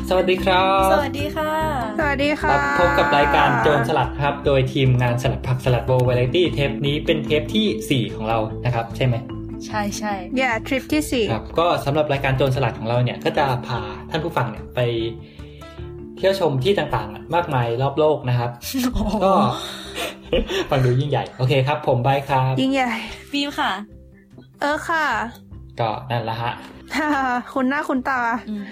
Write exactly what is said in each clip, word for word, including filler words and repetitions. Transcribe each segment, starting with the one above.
สวัสดีครับสวัสดีค่ะสวัสดีค่ะพบกับรายการโจรสลัดครับโดยทีมงานสลัดผักสลัดโบว์วาไรตี้เทปนี้เป็นเทปที่สี่ของเรานะครับใช่ไหมใช่ใช่ yeah ทริปที่สี่ครับก็สำหรับรายการโจรสลัดของเราเนี่ยก็จะพาท่านผู้ฟังเนี่ยไปเที่ยวชมที่ต่างๆมากมายรอบโลกนะครับ ก็ฟังดูยิ่งใหญ่โอเคครับผมไบค์ครับยิ่งใหญ่ฟิล์มค่ะเออค่ะก็นั่นละฮะคุณหน้าคุณตา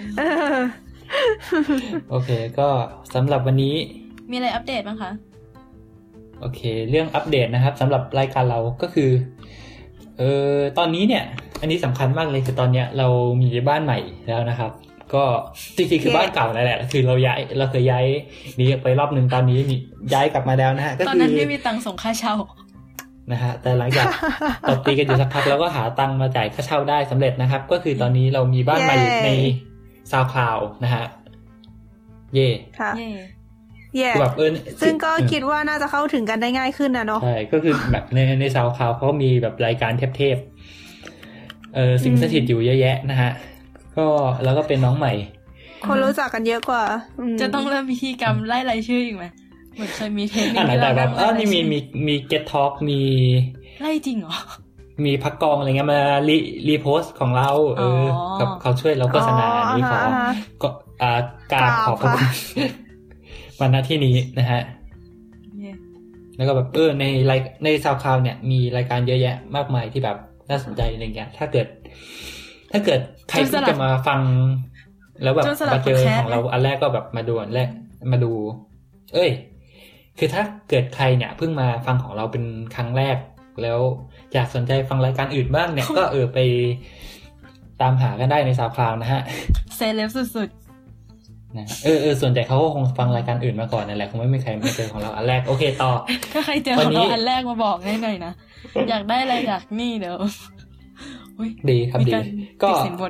โอเคก็สำหรับวันนี้มีอะไรอัปเดตบ้างคะโอเคเรื่องอัปเดตนะครับสำหรับรายการเราก็คือเออตอนนี้เนี่ยอันนี้สำคัญมากเลยคือตอนเนี้ยเรามีบ้านใหม่แล้วนะครับก็จริงๆคือบ้านเก่านั่นแหละคือเราย้ายเราเคยย้ายหนีไปรอบนึงตอนนี้ย้ายกลับมาแล้วนะฮะก็คือตอนนั้นไม่มีตังค์ส่งค่าเช่านะฮะแต่หลังจากตบตีกันอยู่สักพักแล้วก็หาตังค์มาจ่ายค่าเช่าได้สำเร็จนะครับก็คือตอนนี้เรามีบ้านใหม่ใน SoundCloud นะฮะเย่ค่ะเย่แบบเออซึ่งก็คิดว่าน่าจะเข้าถึงกันได้ง่ายขึ้นนะเนาะใช่ก็คือแบบในใน SoundCloud เขามีแบบรายการเทพๆเออสิ่งสถิตอยู่เยอะแยะนะฮะก็แล้วก็เป็นน้องใหม่คนรู้จักกันเยอะกว่าจะต้องเริ่มพิธีกรรมไล่รายชื่ออีกไหมเหมือนเคยมีเทปนี้แต่แบบเออนี่มีมีมี Get Talk มีไล่จริงเหรอมีพักกองอะไรเงี้ยมารีรีโพสต์ของเราเออกับเขาช่วยเราโฆษณาอันนี้ขอก็อ่าการขอบคุณวันหน้าที่นี้นะฮะแล้วก็แบบเออในรายใน SoundCloud เนี่ยมีรายการเยอะแยะมากมายที่แบบน่าสนใจอะไรเงี้ยถ้าเกิดถ้าเกิดใครที่จะมาฟังแล้วแบบมาเจอของเราอันแรกก็แบบมาดูอันแรกมาดูเอ้ยคือถ้าเกิดใครเนี่ยเพิ่งมาฟังของเราเป็นครั้งแรกแล้วอยากสนใจฟังรายการอื่นบ้างเนี่ยก็เออไปตามหากันได้ใน SoundCloud นะฮะเซเลบสุดๆนะเออเออส่วนใหญ่เขาก็คงฟังรายการอื่นมาก่อนนั่นแหละคงไม่มีใครมาเจอของเราอันแรกโอเคต่อถ้าใครเจอของเราอันแรกมาบอกให้หน่อยนะอยากได้อะไรอยากนี่เดี๋ยวดีครับดีก็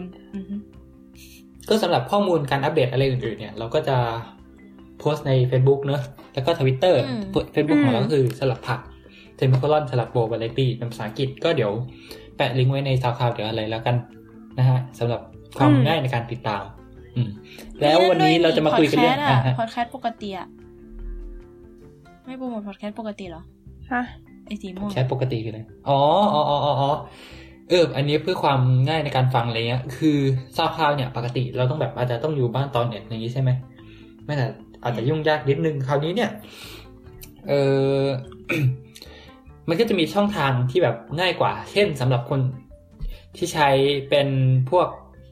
ก็สำหรับข้อมูลการอัปเดตอะไรอื่นๆเนี่ยเราก็จะโพสต์ใน Facebook เนอะแล้วก็ Twitter Facebook ของเราก็คือสลัดผักเซมิโคลอนสลัดโบว์วาไรตี้เป็นภาษาอังกฤษก็เดี๋ยวแปะลิงก์ไว้ใน SoundCloud เดี๋ยวอะไรแล้วกันนะฮะสำหรับความง่ายในการติดตามอืมแล้ววันนี้เราจะมาคุยกันเรื่องพอดแคสต์ปกติอ่ะไม่โปรโมทพอดแคสต์ปกติเหรอฮะไอ้สีม่วงพอดแคสต์ปกติคืออะไรอ๋ออ๋ออ๋ออ๋อเอออันนี้เพื่อความง่ายในการฟังอะไรเงี้ยคือ SoundCloud เนี่ยปกติเราต้องแบบอาจจะต้องอยู่บ้านตอนเน็ตอย่างนี้ใช่ไหมไม่แต่อาจจะยุ่งยากนิดนึงคราวนี้เนี่ยเออ มันก็จะมีช่องทางที่แบบง่ายกว่าเช่นสำหรับคนที่ใช้เป็นพวก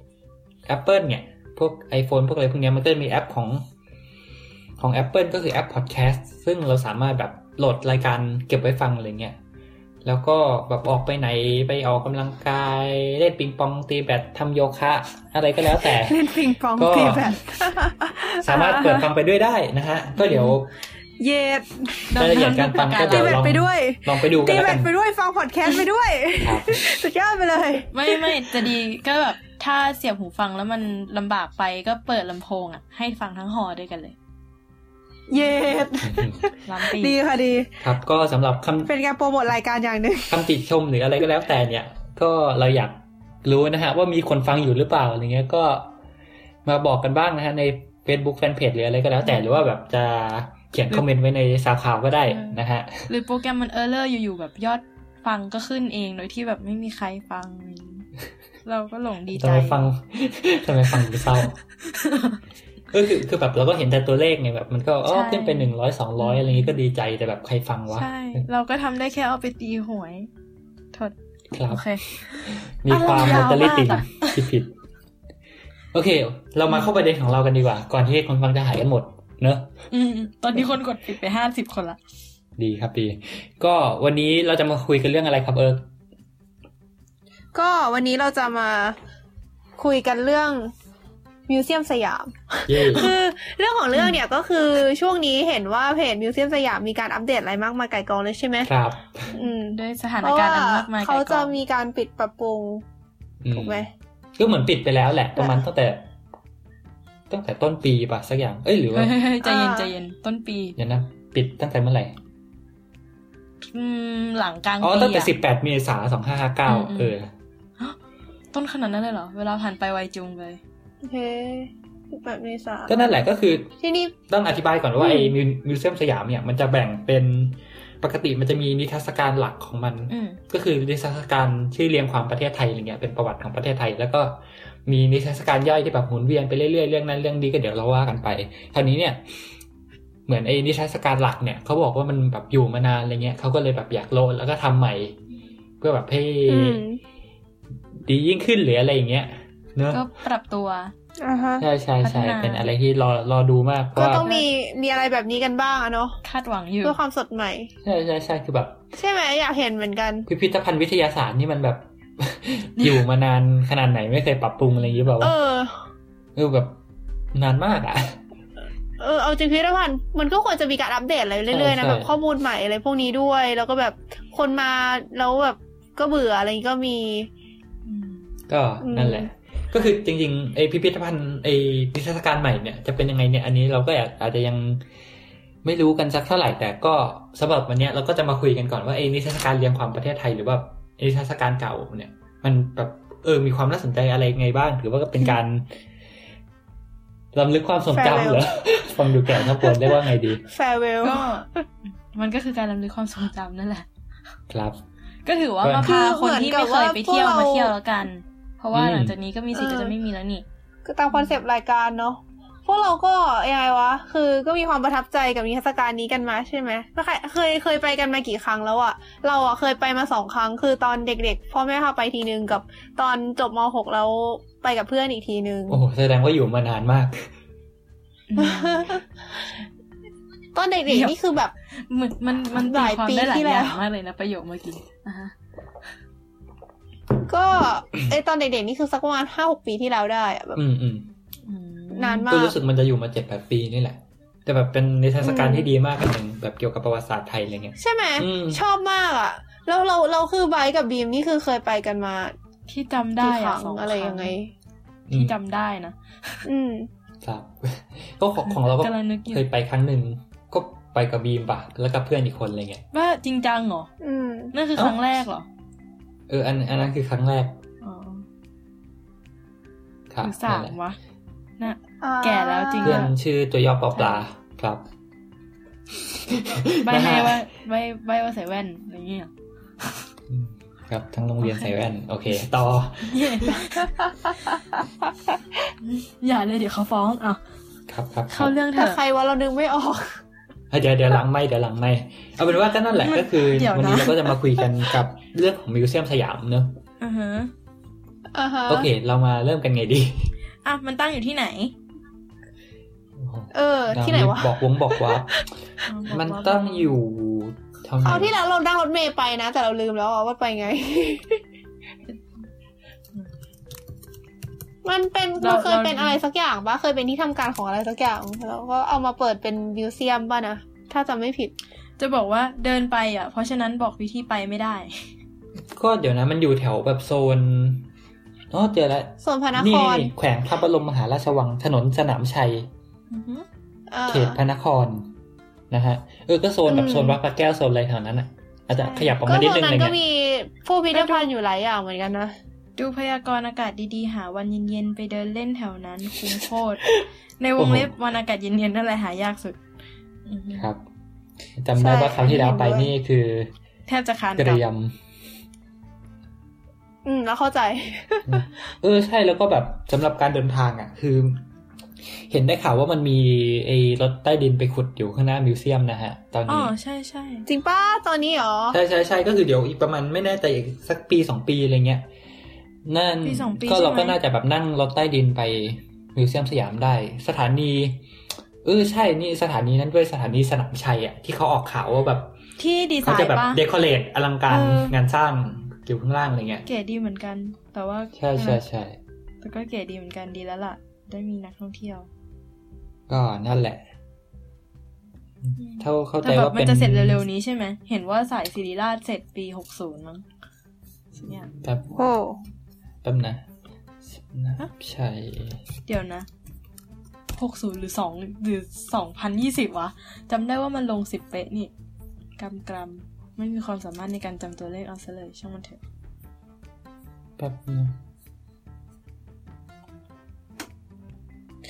Apple เนี่ยพวก iPhone พวกอะไรพวกนี้มันก็จะมีแอปของของ Apple ก็คือแอป Podcast ซึ่งเราสามารถแบบโหลดรายการเก็บไว้ฟังอะไรเงี้ยแล้วก็แบบออกไปไหนไปออกกำลังกายเล่นปิงปองตีแบดทำโยคะอะไรก็แล้วแต่เล่นปิงปองตีแบดสามารถเปิดฟังไปด้วยได้นะฮะก็เดี๋ยวเย็ดรายละเอียดการฟังก็เดี๋ยวลองลองไปดูกันแล้วกันตีแบดไปด้วยฟังพอดแคสต์ไปด้วยสุดยอดไปเลยไม่ไม่จะดีก็แบบถ้าเสียบหูฟังแล้วมันลำบากไปก็เปิดลำโพงอ่ะให้ฟังทั้งหอด้วยกันเลยเย็ดดีค่ะดีครับก็สำหรับคำเป็นการโปรโมทรายการอย่างนึงคำติชมหรืออะไรก็แล้วแต่เนี่ยก็เราอยากรู้นะฮะว่ามีคนฟังอยู่หรือเปล่าอะไรเงี้ยก็มาบอกกันบ้างนะฮะใน Facebook Fanpage หรืออะไรก็แล้วแต่หรือว่าแบบจะเขียนคอมเมนต์ไว้ในSoundCloudก็ได้นะฮะหรือโปรแกรมมันเออร์เลอร์อยู่ๆแบบยอดฟังก็ขึ้นเองโดยที่แบบไม่มีใครฟังเราก็หลงดีใจทำไมฟังทำไมฟังดูเศร้าก็คือคือแบบเราก็เห็นแต่ตัวเลขไงแบบมันก็อ๋อขึ้นไปหนึ่งร้อย สองร้อยอะไรอย่างงี้ก็ดีใจแต่แบบใครฟังวะใช่เราก็ทำได้แค่เอาไปตีหวยโทษครับโอเคมีความมอเตอร์ลิติงที่ผิดโอเคเรามาเข้าประเด็นของเรากันดีกว่าก่อนที่คนฟังจะหายกันหมดเนอะอืมตอนนี้คนกดปิดไปห้าสิบคนละดีครับดีก็วันนี้เราจะมาคุยกันเรื่องอะไรครับเอิร์กก็วันนี้เราจะมาคุยกันเรื่องมิวเซียมสยาม คือเรื่องของเรื่องเนี่ยก็คือช่วงนี้เห็นว่าเพจมิวเซียมสยามมีการอัปเดตอะไรมากมายไก่กองเลยใช่ไหมครับอืมด้วยสถานการณ์อันมากมายไก่กองเขาจะมีการปิดปรับปรุงถูกไหมก็เหมือนปิดไปแล้วแหละประมาณตั้งแต่ตั้งแต่ต้นปีป่ะสักอย่างเอ้ยหรือว่าใจเย็นใจเย็นต้นปีเดี๋ยวนะปิดตั้งแต่เมื่อไหร่อืมหลังกลางปีอ๋อตั้งแต่สิบแปดเมษายนสองพันห้าร้อยห้าสิบเก้าเออต้นขนาดนั้นเลยเหรอเวลาผ่านไปไวจุงเลยโอเคแบบในสามก็นั่นแหละก็คือที่นี่ต้องอธิบายก่อนว่าไอ้มิวเซียมสยามเนี่ยมันจะแบ่งเป็นปกติมันจะมีนิทรรศการหลักของมันก็คือนิทรรศการชื่อเรียงความประเทศไทยอะไรเงี้ยเป็นประวัติของประเทศไทยแล้วก็มีนิทรรศการย่อยที่แบบหมุนเวียนไปเรื่อยๆเรื่องนั้นเรื่องนี้ก็เดี๋ยวเราว่ากันไปคราวนี้เนี่ยเหมือนไอ้นิทรรศการหลักเนี่ยเขาบอกว่ามันแบบอยู่มานานอะไรเงี้ยเขาก็เลยแบบอยากโลดแล้วก็ทำใหม่เพื่อแบบให้ดียิ่งขึ้นหรืออะไรอย่างเงี้ยเนอะก็ปรับตัวใช่ใช่ใช่เป็นอะไรที่รอรอดูมากก็ต้องมีมีอะไรแบบนี้กันบ้างอะเนาะคาดหวังอยู่เพื่อความสดใหม่ใช่ใช่ใช่คือแบบใช่ไหมอยากเห็นเหมือนกันพิพิธภัณฑ์วิทยาศาสตร์นี่มันแบบ อยู่มานานขนาดไหนไม่เคยปรับปรุงอะไรอย่างนี้แบบว่าเออเออแบบนานมากอะเออเอาจริงพิพิธภัณฑ์มันก็ควรจะมีการอัปเดตอะไรเรื่อยๆนะแบบข้อมูลใหม่อะไรพวกนี้ด้วยแล้วก็แบบคนมาแล้วแบบก็เบื่ออะไรก็มีก็นั่นแหละก็คือจริงๆไอพิพิธภัณฑ์ไอนิทรรศการใหม่เนี่ยจะเป็นยังไงเนี่ยอันนี้เราก็อาจจะยังไม่รู้กันสักเท่าไหร่แต่ก็สำหรับวันนี้เราก็จะมาคุยกันก่อนว่าไอนิทรรศการเรียงความประเทศไทยหรือว่านิทรรศการเก่าเนี่ยมันแบบเออมีความน่าสนใจอะไรไงบ้างถือว่าก็เป็นการรำลึกความทรงจำเหรอฟังดูแก่ทับปนได้ว่าไงดี farewell ก็มันก็คือการรำลึกความทรงจำนั่นแหละครับก็ถือว่ามาพาคนที่ไม่เคยไปเที่ยวมาเที่ยวแล้วกันเพราะว่าหลังจากนี้ก็มีสิทธิ์จะไม่มีแล้วนี่ก็ตามคอนเซปต์รายการเนาะพวกเราก็ยังไงวะคือก็มีความประทับใจกับนิทรรศการนี้กันมาใช่ไหมเคยเคยไปกันมากี่ครั้งแล้วอะเราอะเคยไปมาสองครั้งคือตอนเด็กๆพ่อแม่พาไปทีนึงกับตอนจบม.หกแล้วไปกับเพื่อนอีกทีนึงโอ้แสดงว่าอยู่มานานมากตอนเด็กๆนี่คือแบบมันมันมันหลายปีที่แล้วมากเลยนะประโยคเมื่อกี้ก็ไอตอนเด็กๆนี่คือสักประมาณ ห้าหก ปีที่แล้วได้อะแบบอืมๆนานมากก็รู้สึกมันจะอยู่มา เจ็ดแปด ปีนี่แหละแต่แบบเป็นนิทรรศการที่ดีมากอันนึงแบบเกี่ยวกับประวัติศาสตร์ไทยอะไรเงี้ยใช่ไหมชอบมากอ่ะแล้วเราเราคือไบค์กับบีมนี่คือเคยไปกันมาที่จำได้อะสองอะไรยังไงที่จำได้นะอืมครับก็ของของเราก็เคยไปครั้งนึงก็ไปกับบีมป่ะแล้วกับเพื่อนอีกคนอะไรเงี้ยว่าจริงจังเหรออืมนั่นคือครั้งแรกเหรอเอออันอันนั้นคือครั้งแรกอ๋อครับสามวะน่ะแก่แล้วจริงเพื่อนชื่อตัวย่อปอปลาครับใบให้ว่าใบใบว่าใส่แว่นอะไรเงี้ยครับทั้งโรงเรียนใส่แว่นโอเคต่ออย่าเลยเดี๋ยวเขาฟ้องอ่ะครับครับเข้าเรื่องเถอะใครว่าเรานึกไม่ออกเดี๋ยวเดี๋ยวหลังไม่เดี๋ยวหลังไม่เอาเป็นว่าก็นั่นแหละก็คือวันนี้เราก็จะมาคุยกันกับเรื่องของมิวเซียมสยามเนอะอือฮะอ่าฮะโอเคเรามาเริ่มกันไงดีอ่ะมันตั้งอยู่ที่ไหนเออที่ไหนวะบอกวงบอกว่ามันตั้งอยู่เอาที่แล้วเรานั่งรถเมล์ไปนะแต่เราลืมแล้วว่าไปไงมันเป็นมันเคยเป็นอะไรสักอย่างปะเคยเป็นที่ทำการของอะไรสักอย่างแล้วก็เอามาเปิดเป็นมิวเซียมป่ะนะถ้าจำไม่ผิดจะบอกว่าเดินไปอ่ะเพราะฉะนั้นบอกวิธีไปไม่ได้ก็เดี๋ยวนะมันอยู่แถวแบบโซนอ๋อเจอแล้วโซนพระนครนี่แขวงพระบรมมหาราชวังถนนสนามชัยเขตพระนครนะฮะเออก็โซนแบบโซนวัดพระแก้วโซนอะไรแถวนั้นอ่ะอาจจะขยับออกมานิดนึงอะไรเงี้ยก็มีผู้พิพิธภัณฑ์อยู่หลายอย่างเหมือนกันนะดูพยากรณ์อากาศดีๆหาวันเย็นๆไปเดินเล่นแถวนั้นคุ้มโคตรในวงเล็บวันอากาศเย็นๆนั่นแหละหายากสุดครับจำได้ว่าคราวที่แล้วไปนี่คือแทบจะคานเตรียมอืมแล้วเข้าใจเออใช่แล้วก็แบบสำหรับการเดินทางอ่ะคือเห็นได้ข่าวว่ามันมีไอ้รถใต้ดินไปขุดอยู่ข้างหน้ามิวเซียมนะฮะตอนนี้อ๋อใช่ๆจริงป่ะตอนนี้เหรอใช่ๆๆก็คือเดี๋ยวอีกประมาณไม่แน่ใจอีกสักปีสองปีอะไรเงี้ยนั่นก็เราก็น่าจะแบบนั่งรถใต้ดินไปมิวเซียมสยามได้สถานีเออใช่นี่สถานีนั้นด้วยสถานีสนามชัยอ่ะที่เขาออกข่าวว่าแบบที่ดีไซน์เขาจะแบบเดคอเรทอลังการงานสร้างเกี่ยวข้างล่างอะไรเงี้ยเก๋ดีเหมือนกันแต่ว่าใช่ใช่ใช่แต่ก็เก๋ดีเหมือนกันดีแล้วล่ะได้มีนักท่องเที่ยวก็นั่นแหละเท่าเข้าใจว่าเป็นมันจะเสร็จเร็วๆนี้ใช่ไหมเห็นว่าสายศิริราชเสร็จปีหกสิบมั้งเนี่ยแบบโอ้แป๊บนะนะใช่เดี๋ยวนะหกสิบหรือสองหรือสองพันยี่สิบวะจำได้ว่ามันลงสิบเป๊ะนี่กำกรำไม่มีความสามารถในการจำตัวเลขเอาซะเลยช่างมันเถอะแป๊บนะ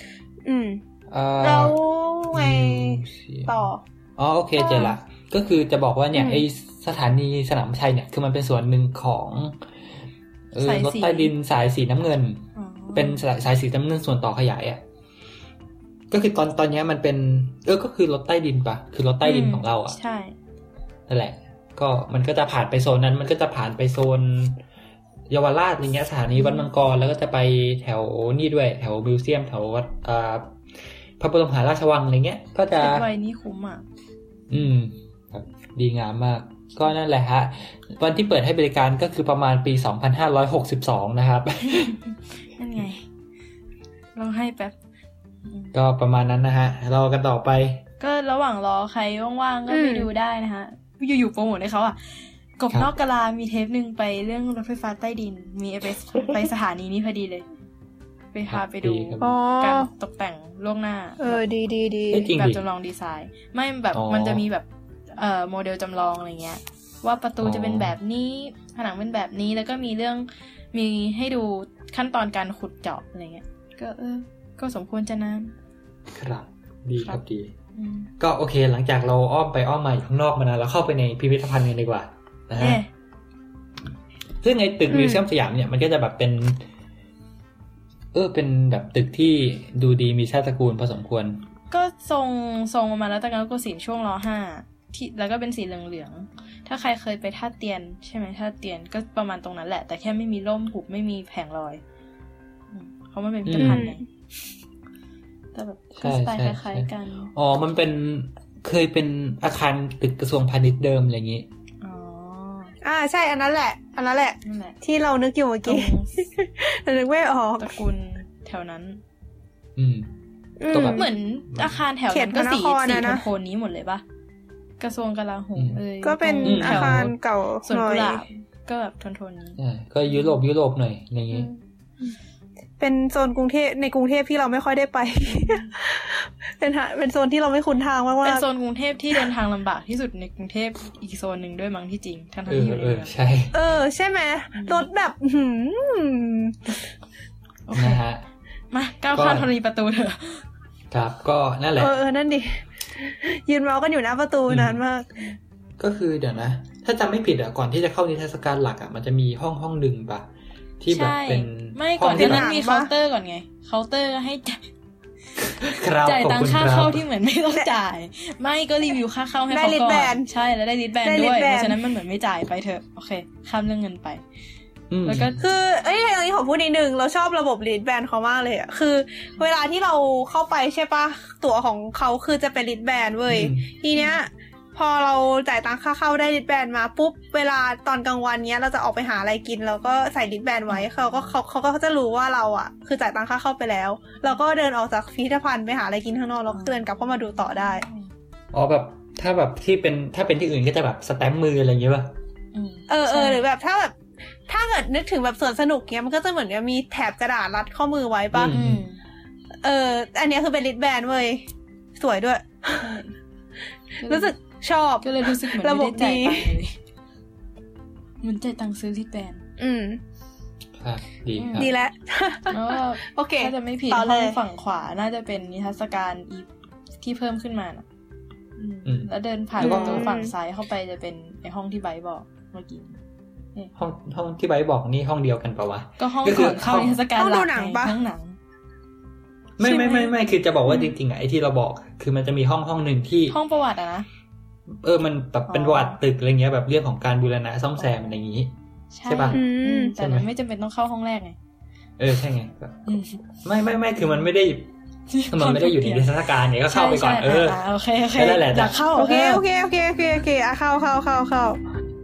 อืมเอ่อแล้วไงต่ออ๋อโอเคเจอละก็คือจะบอกว่าเนี่ยไอสถานีสนามชัยเนี่ยคือมันเป็นส่วนหนึ่งของเออรถใต้ดินสายสีน้ำเงินเป็นสายสีน้ำเงินส่วนต่อขยายอ่ะก็คือตอนตอนนี้มันเป็นเออก็คือรถใต้ดินปะคือรถใต้ดินของเราอ่ะใช่นั่นแหละก็มันก็จะผ่านไปโซนนั้นมันก็จะผ่านไปโซนเยาวราชอย่างเงี้ยสถานีวัดมังกรแล้วก็จะไปแถวนี่ด้วยแถวมิวเซียมแถววัดอ่าพระบรมมหาราชวังอะไรเงี้ยก็จะไว้นี่คุ้มอ่ะอืมครับดีงามมากก็นั่นแหละฮะวันที่เปิดให้บริการก็คือประมาณปีสองพันห้าร้อยหกสิบสองนะครับนั่นไงลองให้แป๊บก็ประมาณนั้นนะฮะรอกันต่อไปก็ระหว่างรอใครว่างๆก็ไปดูได้นะฮะอยู่ๆโปรโมทให้เขาอ่ะกบนอกกะลามีเทปนึงไปเรื่องรถไฟฟ้าใต้ดินมีไปไปสถานีนี้พอดีเลยไปพาไปดูการตกแต่งล่วงหน้าเออดีๆๆแบบจำลองดีไซน์ไม่แบบมันจะมีแบบเอ่อโมเดลจำลองอะไรเงี้ยว่าประตูจะเป็นแบบนี้ผนังเป็นแบบนี้แล้วก็มีเรื่องมีให้ดูขั้นตอนการขุดเจาะอะไรเงี้ยก็เออก็สมควรจะนำครับดีครับดีก็โอเคหลังจากเราอ้อมไปอ้อมมาอยู่ข้างนอกมานานเราเข้าไปในพิพิธภัณฑ์กันดีกว่านะฮะซึ่งในตึกมิวเซียมสยามเนี่ยมันก็จะแบบเป็นเออเป็นแบบตึกที่ดูดีมีชาติตระกูลพอสมควรก็ทรงทรงประมาณรัตนโกสินทร์ช่วงรห้าที่แล้วก็เป็นสีเหลืองๆถ้าใครเคยไปท่าเตียนใช่ไหมท่าเตียนก็ประมาณตรงนั้นแหละแต่แค่ไม่มีร่มหุบไม่มีแผงลอยเพราะมันเป็นพิพิธภัณฑ์ไงแต่แบบก็สไตล์คล้ายๆกันอ๋อมันเป็นเคยเป็นอาคารตึกกระทรวงพาณิชย์เดิมอะไรอย่างงี้อ๋ออ่าใช่อันนั้นแหละอันนั้นแหละที่เรานึกอยู่เมื่อกี้แต่นึกไม่ออกตระกูลแถวนั้นอืมก็แบบเหมือนอาคารแถวนั้นก็สีสีโทนนี้หมดเลยป่ะกระทรวงกลาโหมเอ้ยก็เป็นอาคารเก่าสวนกุหลาบก็แบบโทนๆนี้ใช่ก็ยุโรปยุโรปหน่อยอย่างงี้เป็นโซนกรุงเทพในกรุงเทพที่เราไม่ค่อยได้ไปเป็นเป็นโซนที่เราไม่คุ้นทางมากๆเป็นโซนกรุงเทพที่เดินทางลำบากที่สุดในกรุงเทพอีกโซนหนึ่งด้วยมั้งที่จริงทั้งที่อยู่ในเมืองใช่เออใช่ไหมรถแบบหืมโอเคนะฮะมาก้าวข้ามธรณีประตูเถอะครับก็นั่นแหละเออนั่นดิยืนเมากันอยู่หน้าประตูนานมากก็คือเดี๋ยวนะถ้าจำไม่ผิดอ่ะก่อนที่จะเข้านิทรรศการหลักอ่ะมันจะมีห้องห้องนึงป่ะที่แบบเป็นไม่ก่อนที่นั้นมีเคาน์เตอร์ก่อนไงเคาน์เตอร์ให้จ่ายจ่ายตังค่าเข้าที่เหมือนไม่ต้องจ่ายไม่ก็รีวิวค่าเข้าให้เขาก่อนใช่แล้วได้ลิสต์แบนด้วยเพราะฉะนั้นมันเหมือนไม่จ่ายไปเถอะโอเคข้ามเรื่องเงินไปแล้วก็คือเอ้ยอันนี้ขอพูดนิดนึงเราชอบระบบลิสต์แบนเขามากเลยอ่ะคือเวลาที่เราเข้าไปใช่ปะตั๋วของเขาคือจะเป็นลิสต์แบนเว้ยทีเนี้ยพอเราจ่ายตังค่าเข้าได้ลิสต์แบนมาปุ๊บเวลาตอนกลางวันเนี้ยเราจะออกไปหาอะไรกินเราก็ใส่ลิสต์แบนไว้เขาก็เขาเขาก็จะรู้ว่าเราอ่ะคือจ่ายตังค่าเข้าไปแล้วเราก็เดินออกจากพิพิธภัณฑ์ไปหาอะไรกินข้างนอกแล้วเดินกลับเข้ามาดูต่อได้อ๋อแบบถ้าแบบที่เป็นถ้าเป็นที่อื่นก็จะแบบสแตมป์มืออะไรอย่างเงี้ยป่ะเออเออหรือแบบถ้าแบบถ้าเกิดนึกถึงแบบสวนสนุกเงี้ยมันก็จะเหมือนกับมีแถบกระดาษรัดข้อมือไว้ป่ะเอออันนี้คือเป็นลิสต์แบนเว้ยสวยด้วยรู้สึกชอบก็เลยรู้สึกเหมือนไม่ได้จ่ายตังค์เลยเหมือนจ่ายตังค์ซื้อลิสต์แบนอืมครับดีครับดีแล้วโอเคถ้าจะไม่ผิดห้องฝั่งขวาน่าจะเป็นนิทรรศการอีที่เพิ่มขึ้นมาน่ะแล้วเดินผ่านประตูฝั่งซ้ายเข้าไปจะเป็นไอ้ห้องที่ไบร์ทบอกเมื่อกี้ห้องห้องที่ไบร์ทบอกนี่ห้องเดียวกันปะวะก็ห้องก่อนเข้านิทรรศการหลักไงห้องหนังไม่ไม่ไม่ไม่คือจะบอกว่าจริงๆอ่ะไอ้ที่เราบอกคือมันจะมีห้องห้องนึงที่ห้องประวัติอ่ะนะเออมันแบบเป็นประวัติตึกอะไรเงี้ยแบบเรื่องของการบูรณะซ่อมแซมอะไรอย่างงี้ใช่ป่ะแต่มันไม่จำเป็นต้องเข้าห้องแรกไงเออใช่ไงไม่ไม่ไม่คือมันไม่ได้มันไม่ได้อยู่ในนิทรรศการไงก็เข้าไปก่อนเออโอเคโอเคนั่นแหละอยากเข้าโอเคโอเคโอเคโอเคโอเคอ่ะเข้าเข้าเข้าเข้า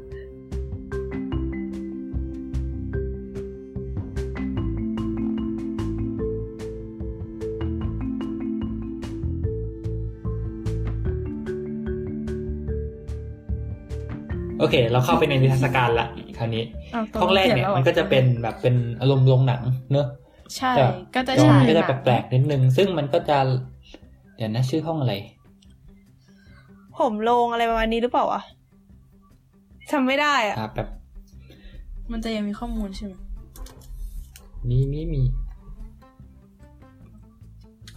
โอเคเราเข้าไปในนิทรรศการละคราวนี้ห้องแรกเนี่ยมันก็จะเป็นแบบเป็นอารมณ์โรงหนังเนอะใช่ก็จะฉายก็จะแปลกๆนิดนึงซึ่งมันก็จะเดี๋ยวนะชื่อห้องอะไรผมโรงอะไรประมาณนี้หรือเปล่าอ่ะจำไม่ได้อ่ะแบบมันจะยังมีข้อมูลใช่ไหมมีมีมี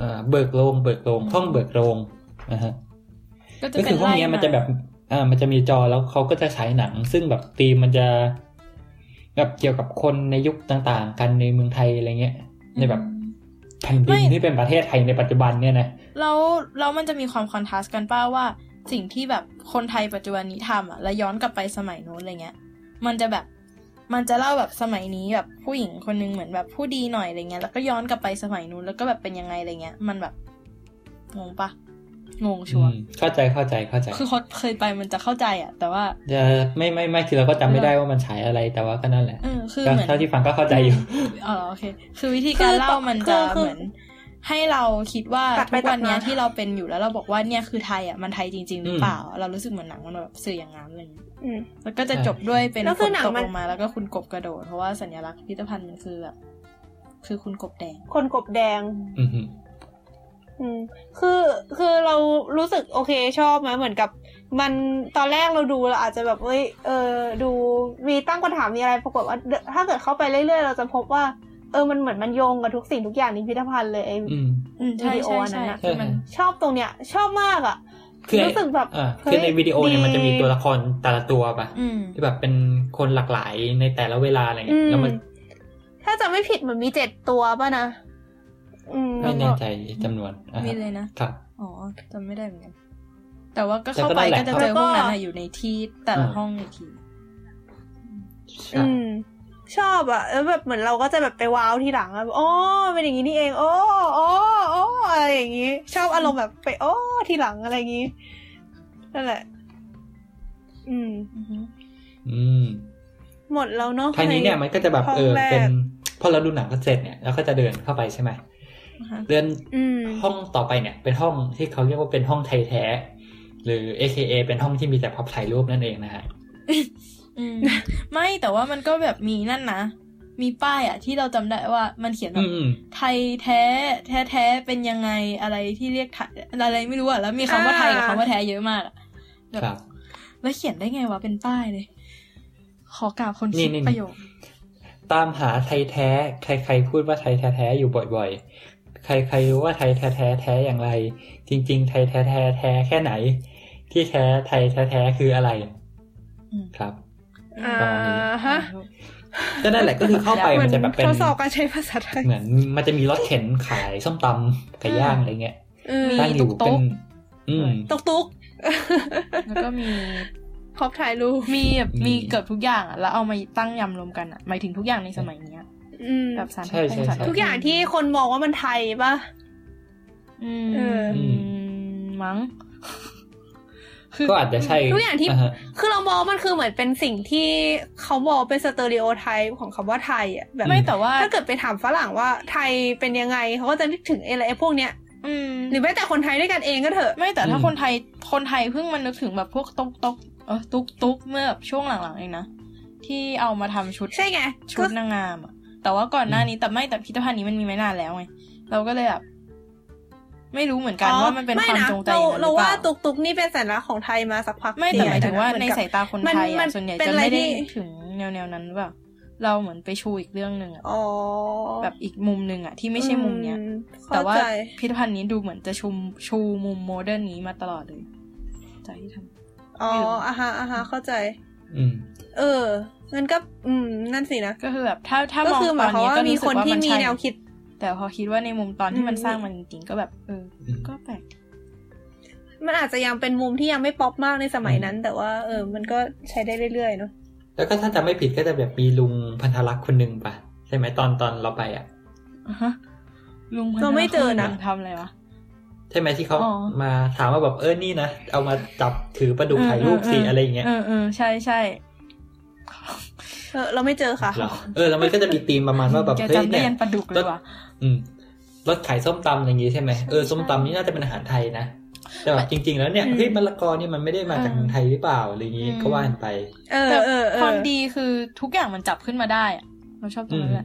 อ่าเบิกโรงเบิกโรงห้องเบิกโรงนะฮะก็คือห้องนี้มันจะแบบอ่ามันจะมีจอแล้วเขาก็จะฉายหนังซึ่งแบบธีมมันจะแบบเกี่ยวกับคนในยุคต่างๆกันในเมืองไทยอะไรเงี้ยในแบบแผ่นดินที่เป็นประเทศไทยในปัจจุบันเนี่ยนะแล้วแล้วมันจะมีความคอนทราสต์กันป่ะว่าสิ่งที่แบบคนไทยปัจจุบันนี้ทำอ่ะแล้วย้อนกลับไปสมัยโน้นอะไรเงี้ยมันจะแบบมันจะเล่าแบบสมัยนี้แบบผู้หญิงคนนึงเหมือนแบบผู้ดีหน่อยอะไรเงี้ยแล้วก็ย้อนกลับไปสมัยนู้นแล้วก็แบบเป็นยังไงอะไรเงี้ยมันแบบงงปะงงชัวร์เข้าใจเข้าใจเข้าใจคือเขาเคยไปมันจะเข้าใจอ่ะแต่ว่าจะไม่ไม่ไม่คือเราก็จำไม่ได้ว่ามันฉายอะไรแต่ว่าก็นั่นแหละคือเหมือนเท่าที่ฟังก็เข้าใจอยู่อ๋อโอเคคือวิธีการเล่ามันจะเหมือนให้เราคิดว่าทุกวันนี้ที่เราเป็นอยู่แล้วเราบอกว่าเนี่ยคือไทยอ่ะมันไทยจริงๆหรือเปล่าเรารู้สึกเหมือนหนังมันแบบสื่ออย่างนั้นอะไรอย่างเงี้ยแล้วก็จะจบด้วยเป็นฝนตกลงมาแล้วก็คุณกบกระโดดเพราะว่าสัญลักษณ์พิพิธภัณฑ์มันคือแบบคือคุณกบแดงคนกบแดงอืมอืมคือคือเรารู้สึกโอเคชอบมั้ยเหมือนกับมันตอนแรกเราดูเราอาจจะแบบเอ้ยเออดูมีตั้งคำถามมีอะไรปรากฏว่าถ้าเกิดเข้าไปเรื่อยๆเราจะพบว่าเออมันเหมือนมันโยงกับทุกสิ่งทุกอย่างในพิพิธภัณฑ์เลยไอ้วิดีโอนั้นน่ะมันชอบตรงเนี้ยชอบมากอ่ะรู้สึกแบบคือในวิดีโอเนี่ยมันจะมีตัวละครแต่ละตัวป่ะที่แบบเป็นคนหลากหลายในแต่ละเวลาอะไรเงี้ยแล้วมันถ้าจะไม่ผิดมันมีเจ็ดตัวป่ะนะไม่แน่ใจจำนวนมีเลยนะครับอ๋อจำไม่ได้เหมือนกันแต่ว่าก็เข้าไปก็จะเจอพวกนั้นอยู่ในที่แต่ละห้องอีกทีอืมชอบอ่ะแล้วแบบเหมือนเราก็จะแบบไปว้าวทีหลังอ่ะอ๋อเป็นอย่างนี้นี่เองโอ้โอ้โอ้อะไรอย่างงี้ชอบอารมณ์แบบไปโอ้ทีหลังอะไรอย่างงี้นั่นแหละอืมอืมหมดแล้วเนาะทีนี้เนี่ยมันก็จะแบบเออเป็นพอเราดูหนังก็เสร็จเนี่ยเราก็จะเดินเข้าไปใช่ไหมเดินห้องต่อไปเนี่ยเป็นห้องที่เขาเรียกว่าเป็นห้องไทยแท้หรือ เอ เค เอ เป็นห้องที่มีแต่พับถ่ายรูปนั่นเองนะฮะไม่แต่ว่ามันก็แบบมีนั่นนะมีป้ายอ่ะที่เราจำได้ว่ามันเขียนแบบไทยแท้แท้แท้เป็นยังไงอะไรที่เรียกไทยอะไรไม่รู้อ่ะแล้วมีคำว่าไทยกับคำว่าแท้เยอะมากแบบแล้วเขียนได้ไงวะเป็นป้ายเลยขอกราบคนคิดประโยคตามหาไทยแท้ใครๆพูดว่าไทยแท้ๆอยู่บ่อยๆใครๆรู้ว่าไทยแท้ๆแท้อย่างไรจริงๆไทยแท้ๆแท้แค่ไหนที่แท้ไทยแท้ๆคืออะไรครับอ่าฮะก็นั่นแหละก็คือเข้าไปมันจะแบบเป็นทดสอบการใช้ภาษาไทยเหมือนมันจะมีรถเข็นขายส้มตำไก่ย่างอะไรเงี้ยตั้งอยู่เป็นตุ๊กตุ๊กแล้วก็มีพร็อพถ่ายรูปมีแบบมีเกือบทุกอย่างอ่ะแล้วเอามาตั้งยำรวมกันอ่ะหมายถึงทุกอย่างในสมัยนี้แบบสารทุกอย่างที่คนมองว่ามันไทยป่ะอืมมั้งก็อาจจะใช่ทุกอย่างที่คือเรามองมันคือเหมือนเป็นสิ่งที่เขาบอกเป็นสเตอริโอไทป์ของคำว่าไทยอ่ะแบบไม่แต่ว่าถ้าเกิดไปถามฝรั่งว่าไทยเป็นยังไงเขาก็จะนึกถึงอะไรพวกเนี้ยหรือแม้แต่คนไทยด้วยกันเองก็เถอะไม่แต่ถ้าคนไทยคนไทยเพิ่งมานึกถึงแบบพวกตุ๊กตุ๊กเออตุ๊กตุ๊กเมื่อช่วงหลังๆเองนะที่เอามาทำชุดใช่ไงชุดนางงามอ่ะแต่ว่าก่อนหน้านี้แต่ไม่แต่พิพิธภัณฑ์นี้มันมีไม่นานแล้วไงเราก็เลยแบบไม่รู้เหมือนกันว่ามันเป็นความจงใจหรือเปล่าเราว่าตุกตุกนี่เป็นสัญลักษณ์ของไทยมาสักพักไม่แต่หมายถึงว่าในสายตาคนไทยส่วนใหญ่จะไม่ได้ถึงแนวๆนั้นหรือเปล่าเราเหมือนไปชูอีกเรื่องนึงอ่ะแบบอีกมุมนึงอ่ะที่ไม่ใช่มุมเนี้ยแต่ว่าพิพิธภัณฑ์นี้ดูเหมือนจะชูชูมุมโมเดิร์นนี้มาตลอดเลยใจที่ทำอ๋ออ่ะฮะอ่ะฮะเข้าใจอืมเอองั้นก็อืมนั่นสินะก็คือแบบถ้าถ้ามองตอนนี้ก็มีคนที่มีแนวคิดแต่พอคิดว่าในมุมตอนที่มันสร้างมันจริงๆก็แบบเออก็แปลกมันอาจจะยังเป็นมุมที่ยังไม่ป๊อปมากในสมัยนั้นแต่ว่าเออมันก็ใช้ได้เรื่อยๆเนาะแล้วก็ถ้าจำไม่ผิดก็จะแบบมีลุงพันธรักษ์คนนึงป่ะใช่ไหมตอนตอนเราไปอ่ะฮะลุงพันธรักษ์เราไม่เจอนะทำอะไรวะใช่ไหมที่เขามาถามว่าแบบเออนี่นะเอามาจับถือปลาดุกถ่ายรูปสิอะไรอย่างเงี้ยเออเออใช่ใช่เออเราไม่เจอค่ะเออแล้วมันก็จะมีธีมประมาณว่าแบบเฮ้ยเนี่ยปลาดุกเลยว่ะอืมรถขายส้มตำอย่างงี้ใช่ไหมเออส้มตำนี่น่าจะเป็นอาหารไทยนะแต่แบบจริงๆแล้วเนี่ยเฮ้ยมะละกอนี่มันไม่ได้มาจากเมืองไทยหรือเปล่าอะไรอย่างงี้ก็ว่ากันไปเออเออความดีคือทุกอย่างมันจับขึ้นมาได้อะเราชอบตรงนั้นแหละ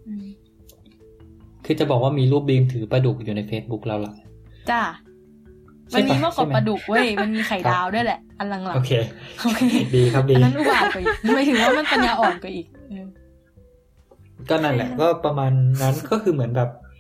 คือจะบอกว่ามีรูปบีมถือปลาดุกอยู่ใน Facebook เราล่ะจ้ามันมีมากกว่าปลาดุกเว้ยมันมีไข่ดาวด้วยแหละอันหลังๆโอเคโอเคดีครับดีอันนั้นอุบาทกว่าอีกไม่ถึงว่ามันปัญญาอ่อนกว่าอีกก็นั่นแหละก็ประมาณนั้นก็คือเหมือนแบบ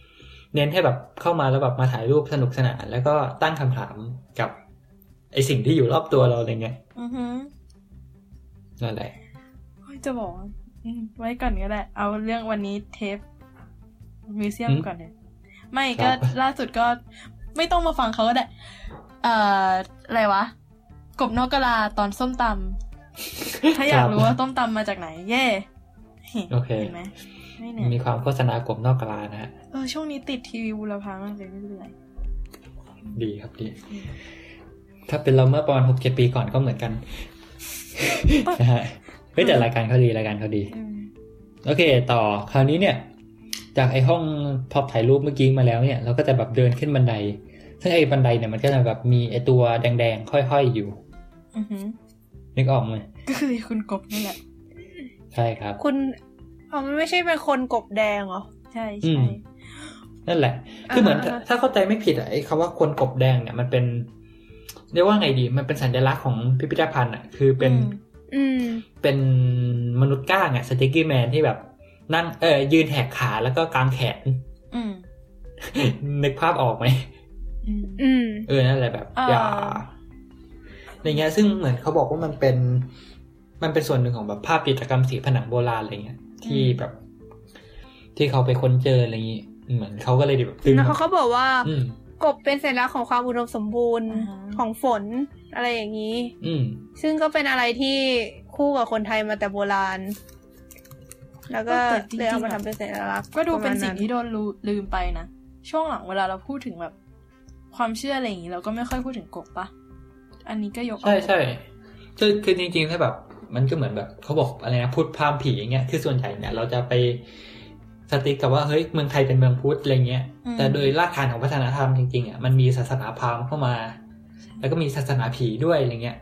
เน้นให้แบบเข้ามาแล้วแบบมาถ่ายรูปสนุกสนานแล้วก็ตั้งคำถามกับไอสิ่งที่อยู่รอบตัวเราอะไรเงี้ยอือฮึนั่นแหละจะบอกไว้ก่อนก็ได้เอาเรื่องวันนี้เทปมิวเซียมก่อนเลยไม่ก็ล่าสุดก็ไม่ต้องมาฟังเขาก็ได้เอ่ออะไรวะกบนอกกะลาตอนส้มตำถ้าอยากรู้ว่าต้มตำมาจากไหนเย่โอเคเห็นไหมมีความโฆษณากบนอกกะลานะฮะเออช่วงนี้ติดทีวีบุรพามากเลยไม่เป็นไรดีครับดีถ้าเป็นเราเมื่อประมาณ หกเจ็ด ปีก่อนก็เหมือนกันนะฮะเฮ้ยแต่รายการเขาดีรายการเขาดีโอเคต่อคราวนี้เนี่ยจากไอ้ห้องพอถ่ายรูปเมื่อกี้มาแล้วเนี่ยเราก็จะแบบเดินขึ้นบันไดซึ่งไอ้บันไดเนี่ยมันก็จะแบบมีไอ้ตัวแดงๆค่อยๆอยู่อือฮึนึกออกมั้ยก็คือคุณกบนั่นแหละใช่ครับคุณอ๋อมันไม่ใช่เป็นคนกบแดงเหรอใช่ใช่นั่นแหละคือเหมือนถ้าเข้าใจไม่ผิดไอ้คำว่าคนกบแดงเนี่ยมันเป็นเรียกว่าไงดีมันเป็นสัญลักษณ์ของพิพิธภัณฑ์อ่ะคือเป็นอืมเป็นมนุษย์ก้างอ่ะสติ๊กกี้แมนที่แบบนั่งเออยืนแหกขาแล้วก็กางแขนอืมนึกภาพออกไหมอืมเออนั่นแหละแบบอย่าอย่างเงี้ยซึ่งเหมือนเขาบอกว่ามันเป็นมันเป็นส่วนหนึ่งของแบบภาพจิตรกรรมสีผนังโบราณอะไรเงี้ยที่แบบที่เขาไปค้นเจออะไรอย่างงี้เหมือนเขาก็เลยแบบตึงแล้วเขาก็บอกว่ากบเป็นสัญลักษณ์ของความอุดมสมบูรณ์ของฝนอะไรอย่างนี้ซึ่งก็เป็นอะไรที่คู่กับคนไทยมาแต่โบราณแล้วก็เลยเอามาทำเป็นสัญลักษณ์ก็ดูเป็นสิ่งที่โดนลืมไปนะช่วงหลังเวลาเราพูดถึงแบบความเชื่ออะไรอย่างนี้เราก็ไม่ค่อยพูดถึงกบปะอันนี้ก็ยกใช่ใช่คือคือจริงๆถ้าแบบมันก็เหมือนแบบเขาบอกอะไรนะพุทธพราหมณ์ผีอย่างเงี้ยคือส่วนใหญ่เนี่ยเราจะไปสติ๊กกับว่าเฮ้ยเมืองไทยเป็นเมืองพุทธอะไรเงี้ยแต่โดยรากฐานของวัฒนธรรมจริงๆอ่ะมันมีศาสนาพราหมณ์เข้ามาแล้วก็มีศาสนาผีด้วยอะไรเงี้ย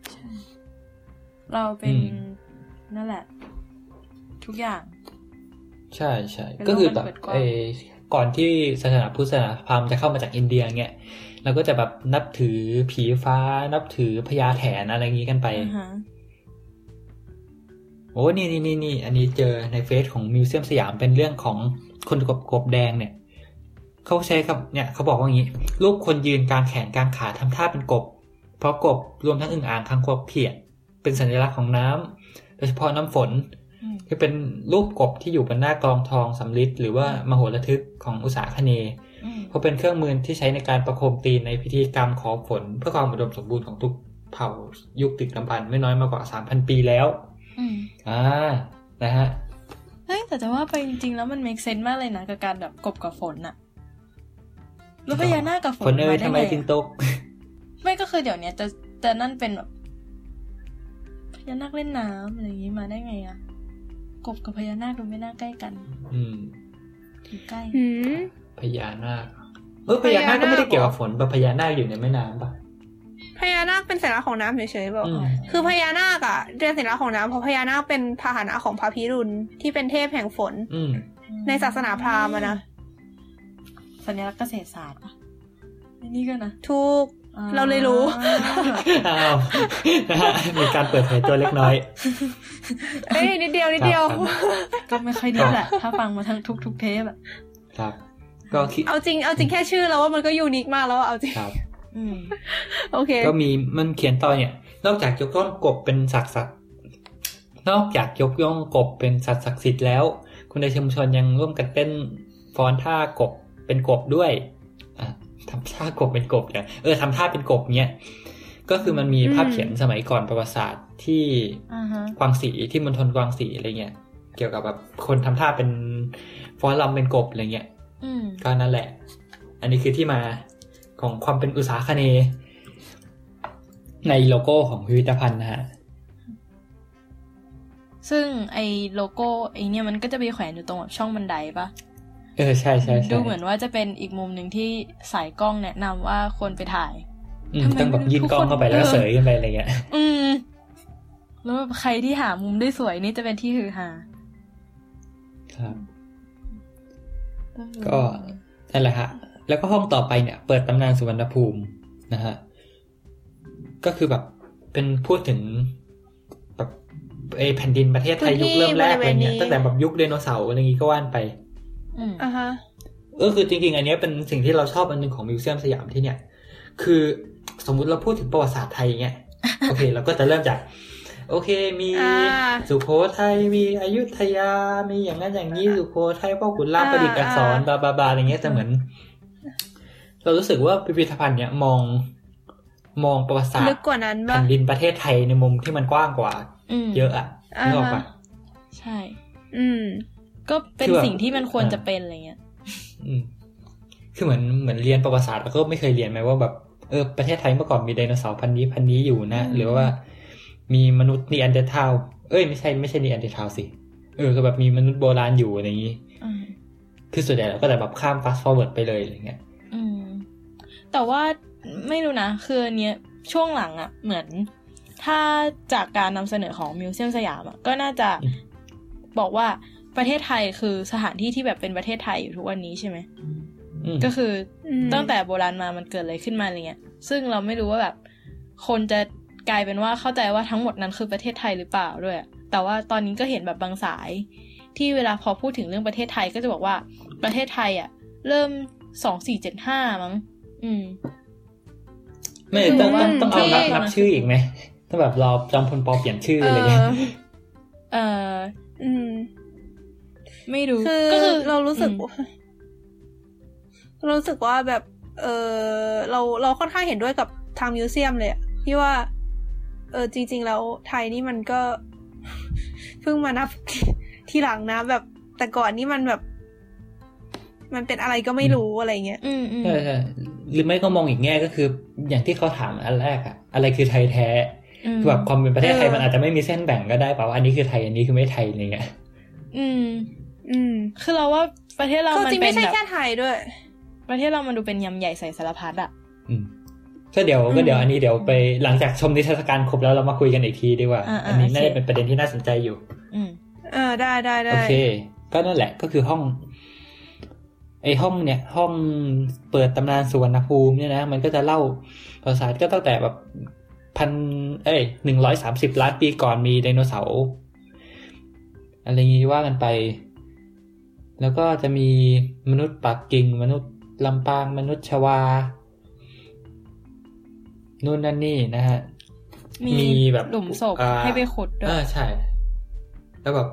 เราเป็นนั่นแหละทุกอย่างใช่ใช่ก็คือแบบไอ้ก่อนที่ศาสนาพุทธศาสนาพราหมณ์จะเข้ามาจากอินเดียเงี้ยเราก็จะแบบนับถือผีฟ้านับถือพญาแถนอะไรอย่างงี้กันไปโอ้นี่นี่นี่นี่อันนี้เจอในเฟซของมิวเซียมสยามเป็นเรื่องของคนกบกบแดงเนี่ยเขาใช้กับเนี่ยเขาบอกว่าอย่างนี้รูปคนยืนกลางแขนกลางขาทำท่าเป็นกบเพราะกบรวมทั้งอึ่งอ่างคางคกเขียดเป็นสัญลักษณ์ของน้ำโดยเฉพาะน้ำฝนคือเป็นรูปกบที่อยู่บนหน้ากลองทองสำริดหรือว่ามโหระทึกของอุษาคเนย์เพราะเป็นเครื่องมือที่ใช้ในการประโคมตีนในพิธีกรรมขอฝนเพื่อความอุดมสมบูรณ์ของทุกเผ่ายุคดึกดำบรรพ์ไม่น้อยมากกว่า สามพัน ปีแล้วอ่านะฮะเฮ้ยแต่จะว่าไปจริงๆแล้วมันเมคเซนส์มากเลยนะกับการแบบกบกับฝนน่ะแล้วพญานาคกับฝนฝนเอ้ยทำไมถึงตกไม่ก็คือเดี๋ยวนี้จะจะนั่นเป็นแบบพญานาคเล่นน้ำอะไรอย่างงี้มาได้ไงอะกบกับพญานาคดูไม่น่าใกล้กันอืมใกล้พญานาคเออพญานาคก็ไม่ได้เกี่ยวกับฝนแบบพญานาคอยู่ในแม่น้ำป่ะพญานาคเป็นสัญลักษณ์ของน้ำเฉยๆบอกคือพญานาคอ่ะเป็นสัญลักษณ์ของน้ำเพราะพญานาคเป็นพาหนะของพระพิรุณที่เป็นเทพแห่งฝนในศาสนาพราหมณ์นะสัญลักษณ์เกษตรศาสตร์ป่ะนี่ก็นะถูกเราเลยรู้อ้าวมีการเปิดเผยตัวเล็กน้อยเอ้ยนิดเดียวนิดเดียวก็ไม่ค่อยดีแหละถ้าฟังมาทั้งทุกๆเทปอ่ะครับก็เอาจริงเอาจริงแค่ชื่อแล้วว่ามันก็ยูนิคมากแล้วเอาจริงครับโอเคก็มีมันเขียนต่อเนี่ยนอกจากยกย่องกบเป็นสัตว์ศักดิ์นอกจากยกย่องกบเป็นสัตว์ศักดิ์สิทธิ์แล้วคนในชุมชนยังร่วมกันเต้นฟ้อนท่ากบเป็นกบด้วยอ่ะทำท่ากบเป็นกบเนี่ยเออทำท่าเป็นกบเนี่ยก็คือมันมีภาพเขียนสมัยก่อนประวัติศาสตร์ที่กวางสีที่มณฑลกวางสีอะไรเงี้ยเกี่ยวกับแบบคนทำท่าเป็นฟ้อนรำเป็นกบอะไรเงี้ยก็นั่นแหละอันนี้คือที่มาของความเป็นอุษาคเนย์ในโลโก้ของพิพิธภัณฑ์นะฮะซึ่งไอ้โลโก้ไอ้เนี่ยมันก็จะไปแขวนอยู่ตรงแบบช่องบันไดปะเออใช่ใช่ดูเหมือนว่าจะเป็นอีกมุมหนึ่งที่สายกล้องแนะนำว่าควรไปถ่ายต้องแบบยื่นกล้องเข้าไปแล้วเสยขึ้นไปอะไรเงี้ยอืมแล้วใครที่หามุมได้สวยนี่จะเป็นที่ฮือฮาครับก็นั่นแหละฮะแล้วก็ห้องต่อไปเนี่ยเปิดตำนานสุวรรณภูมินะฮะก็คือแบบเป็นพูดถึงแบบไอ้แผ่นดินประเทศไทยยุคเริ่มแรกอะไรเงี้ยตั้งแต่แบบยุคไดโนเสาร์อะไรงี้ก็ว่านไปอ่าฮะเออคือจริงๆอันนี้เป็นสิ่งที่เราชอบอันนึงของมิวเซียมสยามที่เนี่ยคือสมมุติเราพูดถึงประวัติศาสตร์ไทยเงี้ย โอเคเราก็จะเริ่มจากโอเคมีสุโขทัยมีอยุธยามีอย่างนั้นอย่างนี้สุโขทัยพ่อขุนรามประดิษฐ์อักษรบาบาบาอะไรเงี้ยแต่เหมือนเรารู้สึกว่าพิพิธภัณฑ์เนี้ยมองมองประวัติศาสตร์แผ่นดินประเทศไทยในมุมที่มันกว้างกว่าเยอะอ่ะนึกออกป่ะใช่อืมก็เป็นสิ่งที่มันควรจะเป็นอะไรเงี้ยอืมคือเหมือนเหมือนเรียนประวัติศาสตร์แล้วก็ไม่เคยเรียนไหมว่าแบบเออประเทศไทยเมื่อก่อนมีไดโนเสาร์พันนี้พันนี้อยู่นะหรือว่ามีมนุษย์นีแอนเดอร์ทัลเอ้ยไม่ใช่ไม่ใช่นีแอนเดอร์ทัลสิเออคือแบบมีมนุษย์โบราณอยู่อะไรอย่างนี้คือส่วนใหญ่เราก็แต่แบบข้าม fast forward ไปเลยอะไรเงี้ยอืมแต่ว่าไม่รู้นะคืออันเนี้ยช่วงหลังอ่ะเหมือนถ้าจากการนำเสนอของมิวเซียมสยามอ่ะก็น่าจะบอกว่าประเทศไทยคือสถานที่ที่แบบเป็นประเทศไทยอยู่ทุกวันนี้ใช่ไหมก็คือตั้งแต่โบราณมามันเกิดอะไรขึ้นมาอะไรเงี้ยซึ่งเราไม่รู้ว่าแบบคนจะกลายเป็นว่าเข้าใจว่าทั้งหมดนั้นคือประเทศไทยหรือเปล่าด้วยแต่ว่าตอนนี้ก็เห็นแบบบางสายที่เวลาพอพูดถึงเรื่องประเทศไทยก็จะบอกว่าประเทศไทยอ่ะเริ่มสองสี่เจ็ดห้ามั้งอืมไม่ต้องต้องต้องเอานับนับชื่ออีกไหมถ้าแบบรอจอมพลป.เปลี่ยนชื่ออะไรเงี้ยเอออืมไม่รู้ก็คือเรารู้สึกรู้สึกว่าแบบเออเราเราค่อนข้างเห็นด้วยกับทางมิวเซียมเลยที่ว่าเออจริงๆแล้วไทยนี่มันก็เพิ่งมานับทีหลังนะแบบแต่ก่อนนี่มันแบบมันเป็นอะไรก็ไม่รู้อะไรเงี้ยใช่ใช่หรือไม่ก็มองอีกแง่ก็คืออย่างที่เขาถามอันแรกอะอะไรคือไทยแท้คือแบบความเป็นประเทศไทยมันอาจจะไม่มีเส้นแบ่งก็ได้ป่าวว่าอันนี้คือไทยอันนี้คือไม่ไทยอะไรเงี้ยอืมอืมคือเราว่าประเทศเรามันเป็นแบบไม่ใช่แค่ไทยด้วยประเทศเรามันดูเป็นยำใหญ่ใส่สารพัดอ่ะอืมก็เดี๋ยวก็เดี๋ยวอันนี้เดี๋ยวไปหลังจากชมนิทรรศการครบแล้วเรามาคุยกันอีกทีดีกว่าอันนี้น่าจะเป็นประเด็นที่น่าสนใจอยู่อืมเออได้ได้ได้โอเคก็นั่นแหละก็คือห้องไอ้ห้องเนี่ยห้องเปิดตำนานสุวรรณภูมิเนี่ยนะมันก็จะเล่าประวัติศาสตร์ก็ตั้งแต่แบบพันเอ้ยหนึ่งร้อยสามสิบล้านปีก่อนมีไดโนเสาร์อะไรอย่างงี้ว่ากันไปแล้วก็จะมีมนุษย์ปักกิ่งมนุษย์ลำปางมนุษย์ชวานู่นนั่นนี่นะฮะมีแบบหลุมศพให้ไปขุดด้วยเออใช่แล้วแบบ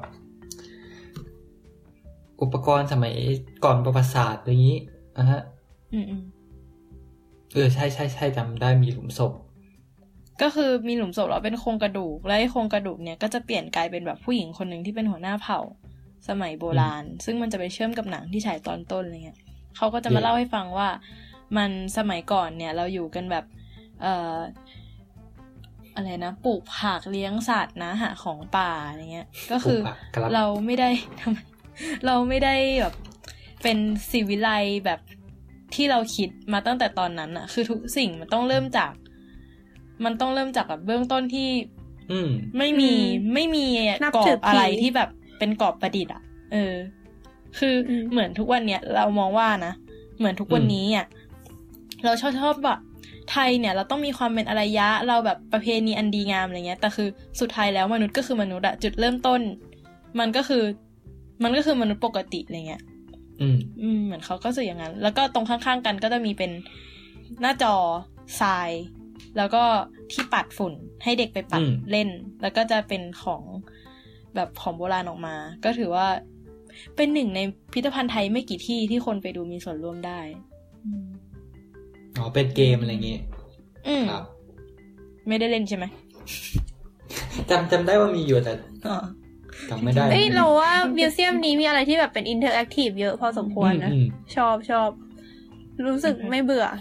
อุปกรณ์สมัยก่อนประวัติศาสตร์อย่างนี้นะฮะอืมเออใช่ใช่ใช่จำได้มีหลุมศพก็คือมีหลุมศพแล้วเป็นโครงกระดูกและไอ้โครงกระดูกเนี่ยก็จะเปลี่ยนกลายเป็นแบบผู้หญิงคนหนึ่งที่เป็นหัวหน้าเผ่าสมัยโบราณซึ่งมันจะไปเชื่อมกับหนังที่ฉายตอนต้นอะไรเงี้ยเขาก็จะมาเล่าให้ฟังว่ามันสมัยก่อนเนี่ยเราอยู่กันแบบเอ่ออะไรนะปลูกผักเลี้ยงสัตว์นะหาของป่าอะไรเงี้ยก็คือเราไม่ได้ทำเราไม่ได้แบบเป็นศิวิไลแบบที่เราคิดมาตั้งแต่ตอนนั้นอะคือทุกสิ่งมันต้องเริ่มจากมันต้องเริ่มจากแบบเบื้องต้นที่ไม่มีไม่มีกรอบอะไรที่แบบเป็นกรอบประดิษฐ์อ่ะเออคือเหมือนทุกวันเนี้ยเรามองว่านะเหมือนทุกวันนี้อ่ะเราชอบชอบแบบไทยเนี่ยเราต้องมีความเป็นอารยะเราแบบประเพณีอันดีงามอะไรเงี้ยแต่คือสุดท้ายแล้วมนุษย์ก็คือมนุษย์อะจุดเริ่มต้นมันก็คือมันก็คือมนุษย์ปกติอะไรเงี้ยอืมอืมเหมือนเขาก็สื่ออย่างนั้นแล้วก็ตรงข้างๆกันก็จะมีเป็นหน้าจอทรายแล้วก็ที่ปัดฝุ่นให้เด็กไปปัดเล่นแล้วก็จะเป็นของแบบของโบราณออกมาก็ถือว่าเป็นหนึ่งในพิพิธภัณฑ์ไทยไม่กี่ที่ที่คนไปดูมีส่วนร่วมได้อ๋อเป็นเกมอะไรอย่างงี้ครับไม่ได้เล่นใช่ไหมจำจำได้ว่ามีอยู่แต่จำไม่ได้เอ้ยเราว่ามิวเซียมนี้มีอะไรที่แบบเป็นอินเทอร์แอคทีฟเยอะพอสมควรนะชอบชอบรู้สึกไม่เบื่อ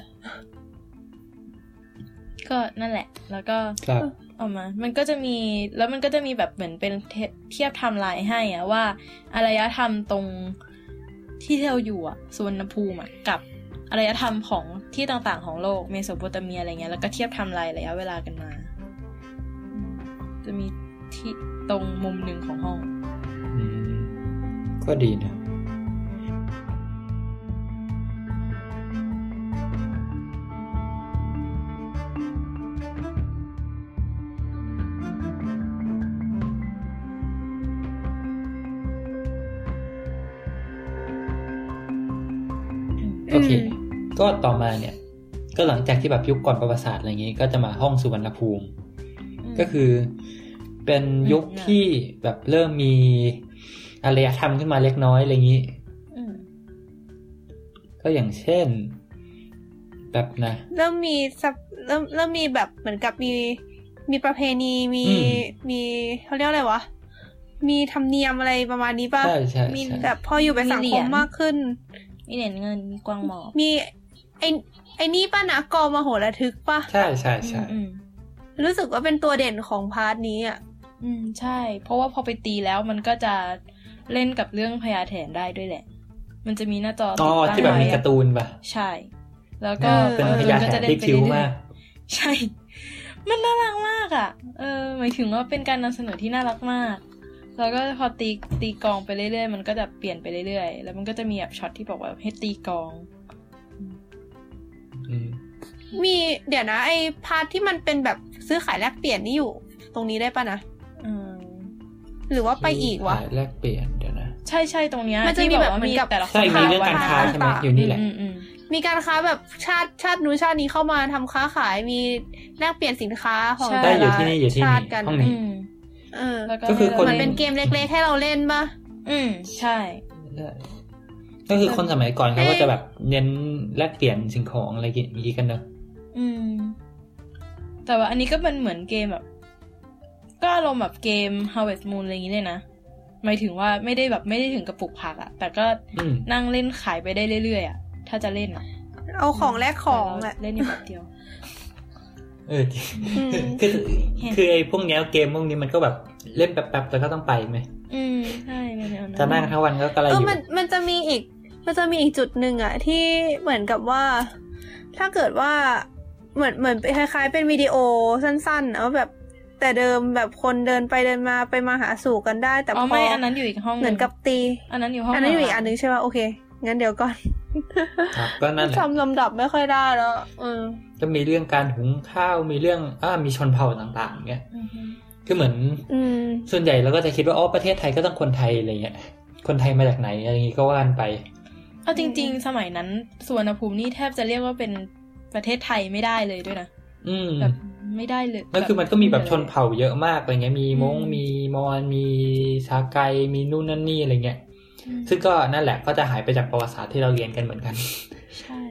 ก็นั่นแหละแล้วก็ออกมามันก็จะมีแล้วมันก็จะมีแบบเหมือนเป็นเทียบไทม์ไลน์ให้อะว่าอารยธรรมตรงที่เราอยู่อะสุวรรณภูมิกับอารยธรรมของที่ต่างๆของโลกเมโสโปเตเมียอะไรเงี้ยแล้วก็เทียบไทม์ไลน์ระยะเวลากันมาจะมีที่ตรงมุมหนึ่งของห้องอืมก็ดีนะโอเคก็ต่อมาเนี่ยก็หลังจากที่แบบยุคก่อนประวัติศาสตร์อะไรอย่างงี้ก็จะมาห้องสุวรรณภูมิก็คือเป็นยุคที่แบบเริ่มมีอารยธรรมขึ้นมาเล็กน้อยอะไรอย่างงี้ก็อย่างเช่นแบบนะเริ่มมีเริ่มเริ่มมีแบบเหมือนกับมีมีประเพณีมีมีเขาเรียกอะไรวะมีธรรมเนียมอะไรประมาณนี้ป่ะมีแบบพออยู่ไปสังคมมากขึ้นมีเหรียญเงินมีกวางหมอกมีไอ้ไอ้นี่ป่ะนะกองมโหระทึกป่ะใช่ใช่ใช่รู้สึกว่าเป็นตัวเด่นของพาร์ทนี้อ่ะอืมใช่เพราะว่าพอไปตีแล้วมันก็จะเล่นกับเรื่องพญาแถนได้ด้วยแหละมันจะมีหน้าจออ๋อที่แบบมีการ์ตูนป่ะใช่แล้วก็เป็นพญาแถนที่คิ้วมากใช่มันน่ารักมากอ่ะเออหมายถึงว่าเป็นการนำเสนอที่น่ารักมากแล้วก็พอตีตีกองไปเรื่อยๆมันก็จะเปลี่ยนไปเรื่อยๆแล้วมันก็จะมีแบบช็อตที่บอกว่าให้ตีกองมีเดี๋ยวนะไอ้พาร์ทที่มันเป็นแบบซื้อขายแลกเปลี่ยนนี่อยู่ตรงนี้ได้ป่ะนะหรือว่าไปอีกวะขายแลกเปลี่ยนเดี๋ยวนะใช่ๆตรงเนี้ยมันจะมีแบบมีแต่ละใช่มีเรื่องการค้าใช่ไหมอยู่นี่แหละมีการค้าแบบชาติชาตินู้นชาตินี้เข้ามาทำค้าขายมีแลกเปลี่ยนสินค้าของแต่ละชาติกันห้องนี้เออก็คือคนมันเป็นเกมเล็กๆให้เราเล่นป่ะอืมใช่ก็คือคนสมัยก่อนเขาก็จะแบบเน้นแลกเปลี่ยนสิ่งของอะไรอย่างงี้กันเนอะอืมแต่ว่าอันนี้ก็เป็นเหมือนเกมแบบก็อารมณ์แบบเกม Harvest Moon อะไรอย่างงี้เลยนะหมายถึงว่าไม่ได้แบบไม่ได้ถึงกระปุกผักอ่ะแต่ก็นั่งเล่นขายไปได้เรื่อยๆอ่ะถ้าจะเล่นอ่ะเอาของแลกของแหละเล่นอยู่แบบเดียวเออคือคือไอ้พวกแนวเกมพวกนี้มันก็แบบเล่นแป๊บๆแล้วก็ต้องไปไหมอืมใช่แนวนั้นจะนั่งทั้งวันก็กระไรอยู่เออมันมันจะมีอีกมันจะมีอีกจุดนึงอ่ะที่เหมือนกับว่าถ้าเกิดว่าเหมือนเหมือนคล้ายๆเป็นวิดีโอสั้นๆเอาแบบแต่เดิมแบบคนเดินไปเดินมาไปมาหาสู่กันได้แต่พอไม่อันนั้นอยู่อีกห้องเหมือนกับตีอันนั้นอยู่ห้องอันนั้นอยู่อีกอันนึงใช่ป่ะโอเคงั้นเดี๋ยวก่อนครับก็นั่นแหละจำลำดับไม่ค่อยได้แล้วเออจะมีเรื่องการหุงข้าวมีเรื่องอ่ามีชนเผ่าต่างๆเงี้ยคือเหมือนส่วนใหญ่เราก็จะคิดว่าอ๋อประเทศไทยก็ต้องคนไทยอะไรเงี้ยคนไทยมาจากไหนอะไรอย่างงี้ก็ว่ากันไปเอาจริงๆสมัยนั้นสุวรรณภูมินี่แทบจะเรียกว่าเป็นประเทศไทยไม่ได้เลยด้วยนะแบบไม่ได้เลยก็คือมันก็มีแบบชนเผ่าเยอะมากอะไรเงี้ยมีม้งมีมอญมีชาไกมีนู่นนั่นนี่อะไรเงี้ยซึ่งก็นั่นแหละก็จะหายไปจากประวัติศาสตร์ที่เราเรียนกันเหมือนกันใช่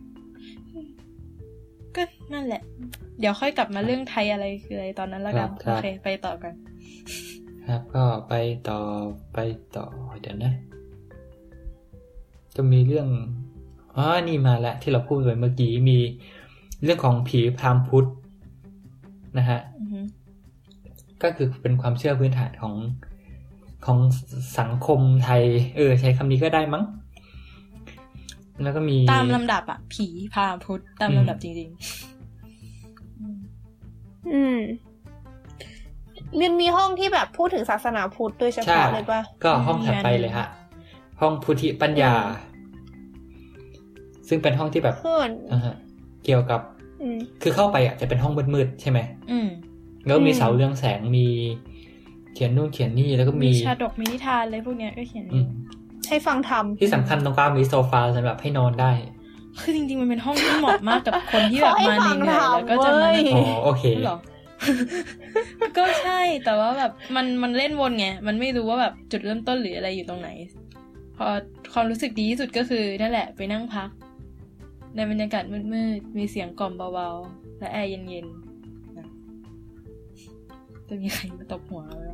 ก็นั่นแหละเดี๋ยวค่อยกลับมาเรื่องไทยอะไรคืออะไรตอนนั้นแล้วกันโอเคไปต่อกันครับก็ไปต่อไปต่อเดี๋ยวนะจะมีเรื่องอ๋อนี่มาแล้วที่เราพูดไปเมื่อกี้มีเรื่องของผีพราหมณ์พุทธนะฮะก็คือเป็นความเชื่อพื้นฐานของของสังคมไทยเออใช้คำนี้ก็ได้มั้งแล้วก็มีตามลำดับอะผีพราหมณ์พุทธตามลำดับจริงๆอืมมันมีห้องที่แบบพูดถึงศาสนาพุทธโดยเฉพาะเลยป่ะก็ห้องถัดไปเลยฮะห้องพุทธิปัญญาซึ่งเป็นห้องที่แบบอ่าฮะเกี่ยวกับคือเข้าไปอ่ะจะเป็นห้องมืดๆใช่ไหมอืมแล้วมีเสาเรืองแสงมีเขียนนู่นเขียนนี่แล้วก็มีชาดกมีนิทานอะไรพวกเนี้ยก็เขียนให้ฟังธรรมที่สำคัญตรงกลางมีโซฟาสำหรับให้นอนได้คือจริงๆมันเป็นห้องที่เหมาะมากกับคนที่แบบมาเหนื่อยๆแล้วก็จะมาอ๋อโอเคหรอก็ใช่แต่ว่าแบบมันมันเล่นวนไงมันไม่รู้ว่าแบบจุดเริ่มต้นหรืออะไรอยู่ตรงไหนพอความรู้สึกดีที่สุดก็คือนั่นแหละไปนั่งพักในบรรยากาศมืดๆมีเสียงกล่อมเบาๆและแอร์เย็นๆนะจะมีใครมาตบหัวเรา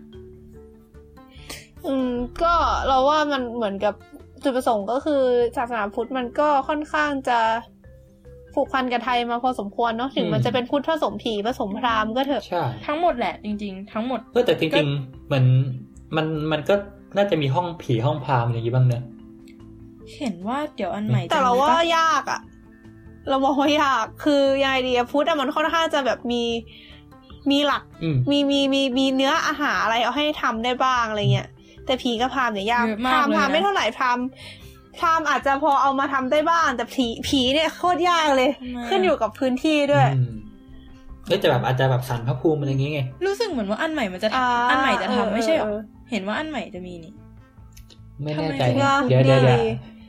อืมก็เราว่ามันเหมือนกับจุดประสงค์ก็คือศาสนาพุทธมันก็ค่อนข้างจะผูกพันกับไทยมาพอสมควรเนาะถึงมันจะเป็นพุทธผสมผีผสมพราหมณ์ก็เถอะใช่ทั้งหมดแหละจริงๆทั้งหมดเออแต่จริงๆเหมือนมันมันก็น่าจะมีห้องผีห้องพราหมณ์อย่างนี้บ้างเนอะเห็นว่าเดี๋ยวอันใหม่แต่เราว่ายากอ่ะเรามองว่ายากคือยังไงดีพุทธมันค่อนข้างจะแบบมีมีหลักมีมีมีมีเนื้ออาหารอะไรเอาให้ทำได้บ้างอะไรเงี้ยแต่ผีกับพราหมณ์เนี่ยยากพราหมณ์พราหมณ์ไม่เท่าไหร่พราหมณ์พราหมณ์อาจจะพอเอามาทำได้บ้างแต่ผีผีเนี่ยโคตรยากเลยขึ้นอยู่กับพื้นที่ด้วยเอ้ยแต่แบบอาจจะแบบสรรพระภูมิอะไรอย่างเงี้ยรู้สึกเหมือนว่าอันใหม่มันจะอันใหม่จะทำไม่ใช่หรอเห็นว่าอันใหม่จะมีนี่ไม่แน่ใจเดี๋ยวเดี๋ยว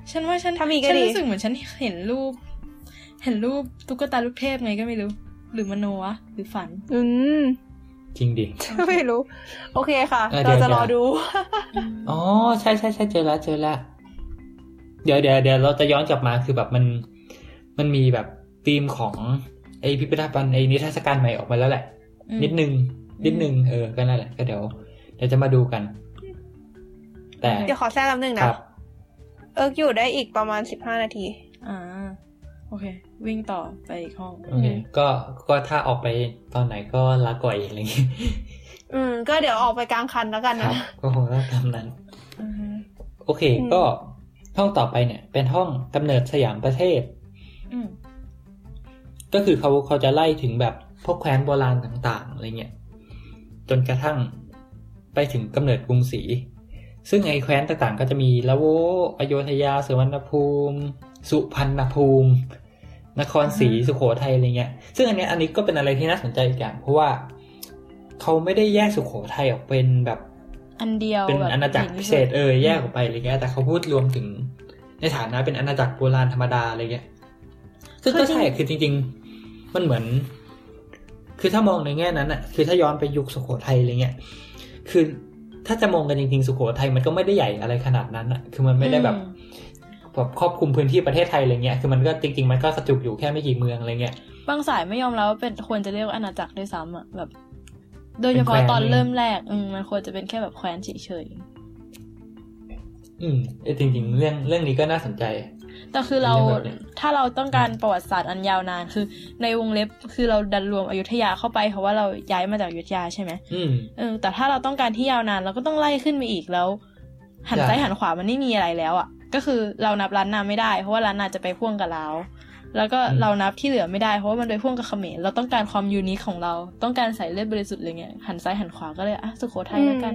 ฉันว่าฉันถ้ามีก็ฉันดีรู้สึกเหมือนฉันเห็นรูปเห็นรูปตุ๊กตาลูกเทพไงก็ไม่รู้หรือมโนวะหรือฝันอืมจริงดิไม่รู้ โอเคค่ะเออเดี๋เรายวจะรอดูอ๋อใช่ใช่ใช่เจอแล้วเจอแล้วเดี๋ยวเดี๋ยวเดี๋ยวเราจะย้อนกลับมาคือแบบมันมันมีแบบธีมของไอพิพิธภัณฑ์ไอนิทรรศการใหม่ออกมาแล้วแหละอืมนิดนึงนิดนึงเออก็นั่นแหละก็เดี๋ยวเดี๋ยวจะมาดูกัน แต่เดี๋ยวขอแทรกแป๊บนึงคนะรับเอิร์กอยู่ได้อีกประมาณสิบห้านาทีอ่าโอเค วิ่งต่อไปอีกห้องโอเคก็ก็ถ้าออกไปตอนไหนก็ลาก่อยอะไรอย่างงี้อืม ก็เดี๋ยวออกไปกลางคันแล้วกันครันะบก็คงต้องทำนั้นอือฮึโอเคก็ห้องต่อไปเนี่ย เป็นห้องกำเนิดสยามประเทศอืมก็คือเขาเขาจะไล่ถึงแบบพวกแคว้นโบราณต่างๆอะไรเงี้ยจนกระทั่งไปถึงกำเนิดกรุงศรีซึ่งไอ้แคว้นต่างๆก็จะมีละโวอโยธยาสุวรรณภูมิ สุพรรณภูมิ นครศรีสุโขทัยอะไรเงี้ยซึ่งอันนี้อันนี้ก็เป็นอะไรที่น่าสนใจอีกอย่างเพราะว่าเขาไม่ได้แยกสุโขทัยออกเป็นแบบอันเดียวเป็นแบบอาณาจักรพิเศษเออแยกออกไปอะไรเงี้ยแต่เขาพูดรวมถึงในฐานะเป็นอาณาจักรโบราณธรรมดาอะไรเงี้ยซึ่งก็ใช่คือจริงๆมันเหมือนคือถ้ามองในแง่นั้นอ่ะคือถ้าย้อนไปยุคสุโขทัยอะไรเงี้ยคือถ้าจะมองกันจริงๆสุโขทัยมันก็ไม่ได้ใหญ่อะไรขนาดนั้นอ่ะคือมันไม่ได้แบบแบบครอบคลุมพื้นที่ประเทศไทยอะไรเงี้ยคือมันก็จริงๆมันก็กระจุกอยู่แค่ไม่กี่เมืองอะไรเงี้ยบางสายไม่ยอมรับว่าเป็นควรจะเรียกว่าอาณาจักรด้วยซ้ำอ่ะแบบโดยเฉพาะตอนเริ่มแรกอืมมันควรจะเป็นแค่แบบแคว้นเฉยๆอืมจริงๆเรื่องเรื่องนี้ก็น่าสนใจแต่คือเราถ้าเราต้องการประวัติศาสตร์อันยาวนานคือในวงเล็บคือเราดันรวมอยุธยาเข้าไปเพราะว่าเราย้ายมาจากอยุธยาใช่ไหมอืมเออแต่ถ้าเราต้องการที่ยาวนานเราก็ต้องไล่ขึ้นไปอีกแล้วหันซ้ายหันขวามันไม่มีอะไรแล้วอ่ะก็คือเรานับล้านนาไม่ได้เพราะว่าล้านนาจะไปพ่วงกับลาวแล้วก็เรานับที่เหลือไม่ได้เพราะว่ามันไปพ่วงกับเขมรเราต้องการความยูนิคของเราต้องการใส่เลือดบริสุทธิ์อะไรเงี้ยหันซ้ายหันขวาก็เลยอ่ะสุโขทัยแล้วกัน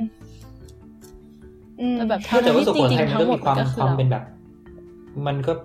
แต่แบบทั้งที่จริงๆทั้งหมดก็คือเราเป็นแบบมันก็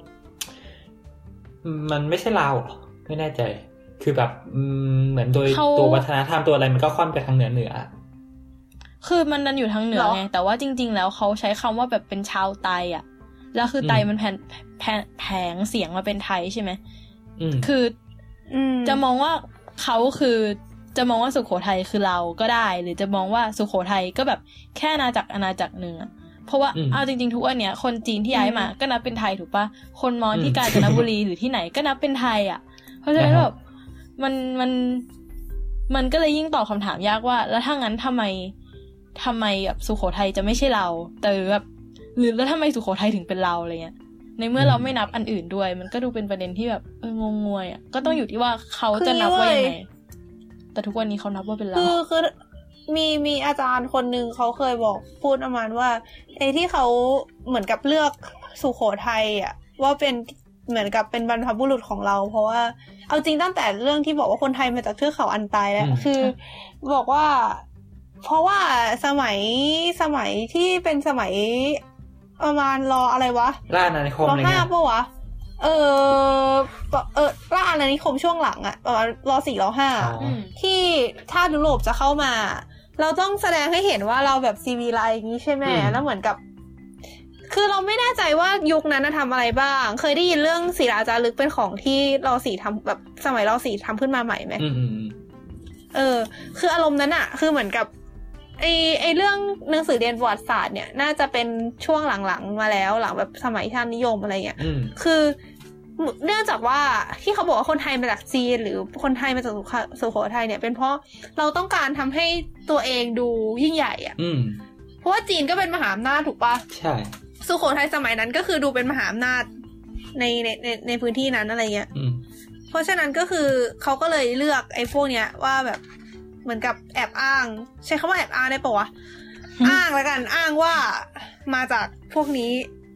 มันไม่ใช่ลาวหรอไม่แน่ใจคือแบบเหมือนโดยตัววัฒนธรรมตัวอะไรมันก็ค่อนไปทางเหนือเหนือคือมันดันอยู่ทางเหนือไงแต่ว่าจริงๆแล้วเขาใช้คำว่าแบบเป็นชาวไตอ่ะแล้วคือไตมันแผนแผงเสียงมาเป็นไทยใช่ไหมคือจะมองว่าเขาคือจะมองว่าสุโขทัยคือเราก็ได้หรือจะมองว่าสุโขทัยก็แบบแค่อาณาจักรอาณาจักรนึงอ่ะเพราะว่าเอาจริงๆทุกวันเนี้ยคนจีนที่ย้ายมาก็นับเป็นไทยถูกปะคนมอญที่กาญจนบุรีหรือที่ไหนก็นับเป็นไทยอ่ะเพราะฉะนั้นแบบมันมันมันก็เลยยิ่งตอบคำถามยากว่าแล้วถ้างั้นทำไมทำไมแบบสุโขทัยจะไม่ใช่เราแต่แบบหรือแล้วทำไมสุโขทัยถึงเป็นเราอะไรเงี้ยในเมื่อเราไม่นับอันอื่นด้วยมันก็ดูเป็นประเด็นที่แบบเอองงงวยอ่ะก็ต้องอยู่ที่ว่าเขาจะนับว่ายังไงแต่ทุกวันนี้เขานับว่าเป็นเราคือคือมีมีอาจารย์คนนึงเขาเคยบอกพูดประมาณว่าไอ้ที่เขาเหมือนกับเลือกสุโขทัยอ่ะว่าเป็นเหมือนกับเป็นบรรพบุรุษของเราเพราะว่าเอาจริงตั้งแต่เรื่องที่บอกว่าคนไทยมาจากเทือกเขาอันไตแล้วคือบอกว่าเพราะว่าสมัยสมัยที่เป็นสมัยประมาณรออะไรวะล่าอาณานิคมอะไรเงี้ยรอห้าป่ะวะเออเออล่าอาณานิคมช่วงหลังอะประมาณรอสี่รอห้าที่ถ้ายุโรปจะเข้ามาเราต้องแสดงให้เห็นว่าเราแบบซีวีไลอย่างนี้ใช่ไหมแล้วเหมือนกับคือเราไม่แน่ใจว่ายุคนั้นทำอะไรบ้างเคยได้ยินเรื่องศิลาจารึกเป็นของที่รอสี่ทำแบบสมัยรอสี่ทำขึ้นมาใหม่ไหมเออคืออารมณ์นั้นอะคือเหมือนกับไอไอเรื่องหนังสือเรียนประวัติศาสตร์เนี่ยน่าจะเป็นช่วงหลังๆมาแล้วหลังแบบสมัยชาตินิยมอะไรเงี้ยคือเนื่องจากว่าที่เขาบอกว่าคนไทยมาจากจีนหรือคนไทยมาจากสุโขทัยเนี่ยเป็นเพราะเราต้องการทำให้ตัวเองดูยิ่งใหญ่อ่ะเพราะว่าจีนก็เป็นมหาอำนาจถูกปะใช่สุโขทัยสมัยนั้นก็คือดูเป็นมหาอำนาจในในในในพื้นที่นั้นอะไรเงี้ยเพราะฉะนั้นก็คือเขาก็เลยเลือกไอ้พวกเนี้ยว่าแบบเหมือนกับแอบอ้างใช้คำว่าแอบอ้างได้ปะวะอ้างแล้วกันอ้างว่ามาจากพวกนี้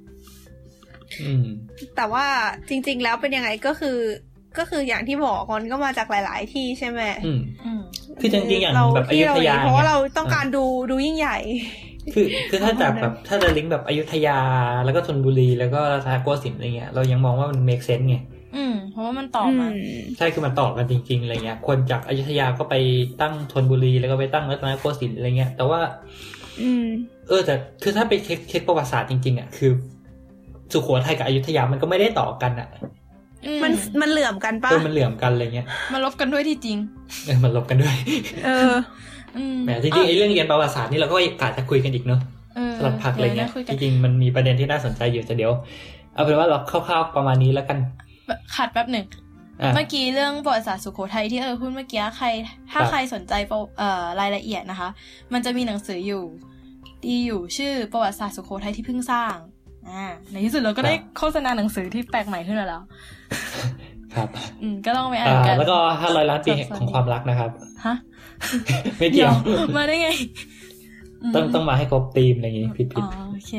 แต่ว่าจริงๆแล้วเป็นยังไงก็คือก็คืออย่างที่บอกมันก็มาจากหลายๆที่ใช่ไหมคือจริงๆอย่างแบบอยุธยาเพราะว่าเราต้องการดูดูยิ่งใหญ่คือคือถ้าจากแบบถ้าจะลิงก์แบบอยุธยาแล้วก็ธนบุรีแล้วก็รัตนโกสินทร์อะไรเงี้ยเรายังมองว่ามัน make sense ไงอืมเพราะว่ามันต่อมาใช่คือมันต่อกันจริงๆอะไรเงี้ยคนจากอยุธยาก็ไปตั้งธนบุรีแล้วก็ไปตั้งรัตนโกสินทร์อะไรเงี้ยแต่ว่าอืมเออแต่คือถ้าไปเช็คเช็คประวัติศาสตร์จริงๆอ่ะคือสุโขทัยกับอยุธยามันก็ไม่ได้ต่อกันอ่ะมันมันเหลื่อมกันปะเออมันเหลื่อมกันอะไรเงี้ยมันลบกันด้วยที่จริงเออมันลบกันด้วยเออแหมจริงๆไอ้เรื่องเรียนประวัติศาสตร์นี่เราก็กะจะคุยกันอีกเนาะสำหรับภาคอะไรเงี้ยจริงๆมันมีประเด็นที่น่าสนใจอยู่แต่เดี๋ยวเอาเป็นว่าเราคร่าวๆประมาณนี้แล้วกันขัดแป๊บหนึ่งเมื่อกี้เรื่องประวัติศาสตร์สุโขทัยที่เออพูดเมื่อกี้ใครถ้าใครสนใจเอ่อรายละเอียดนะคะมันจะมีหนังสืออยู่ดีอยู่ชื่อประวัติศาสตร์สุโขทัยที่เพิ่งสร้างอ่าในที่สุดเราก็ได้โฆษณาหนังสือที่แปลกใหม่ขึ้นมาแล้วครับอืมก็ต้องไปอ่านกันแล้วก็ห้าร้อยล้านปีของความรักนะครับฮะไม่เกี่ยวมาได้ไงต้องต้องมาให้ครบธีมอะไรอย่างงี้ผิดๆอ๋อโอเค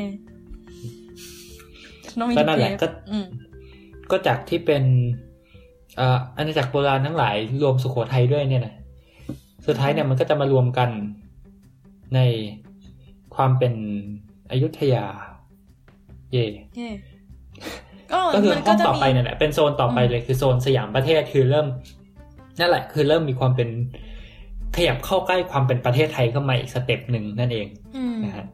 ก็นั่นแหละก็ก็จากที่เป็นอ่าอาณาจักรโบราณทั้งหลายรวมสุโขทัยด้วยเนี่ยนะสุดท้ายเนี่ยมันก็จะมารวมกันในความเป็นอยุธยาเย่ก็คือห้องต่อไปเนี่ยแหละเป็นโซนต่อไปเลยคือโซนสยามประเทศคือเริ่มนั่นแหละคือเริ่มมีความเป็นขยับเข้าใกล้ความเป็นประเทศไทยเข้ามาอีกสเต็ปหนึ่งนั่นเองนะฮะ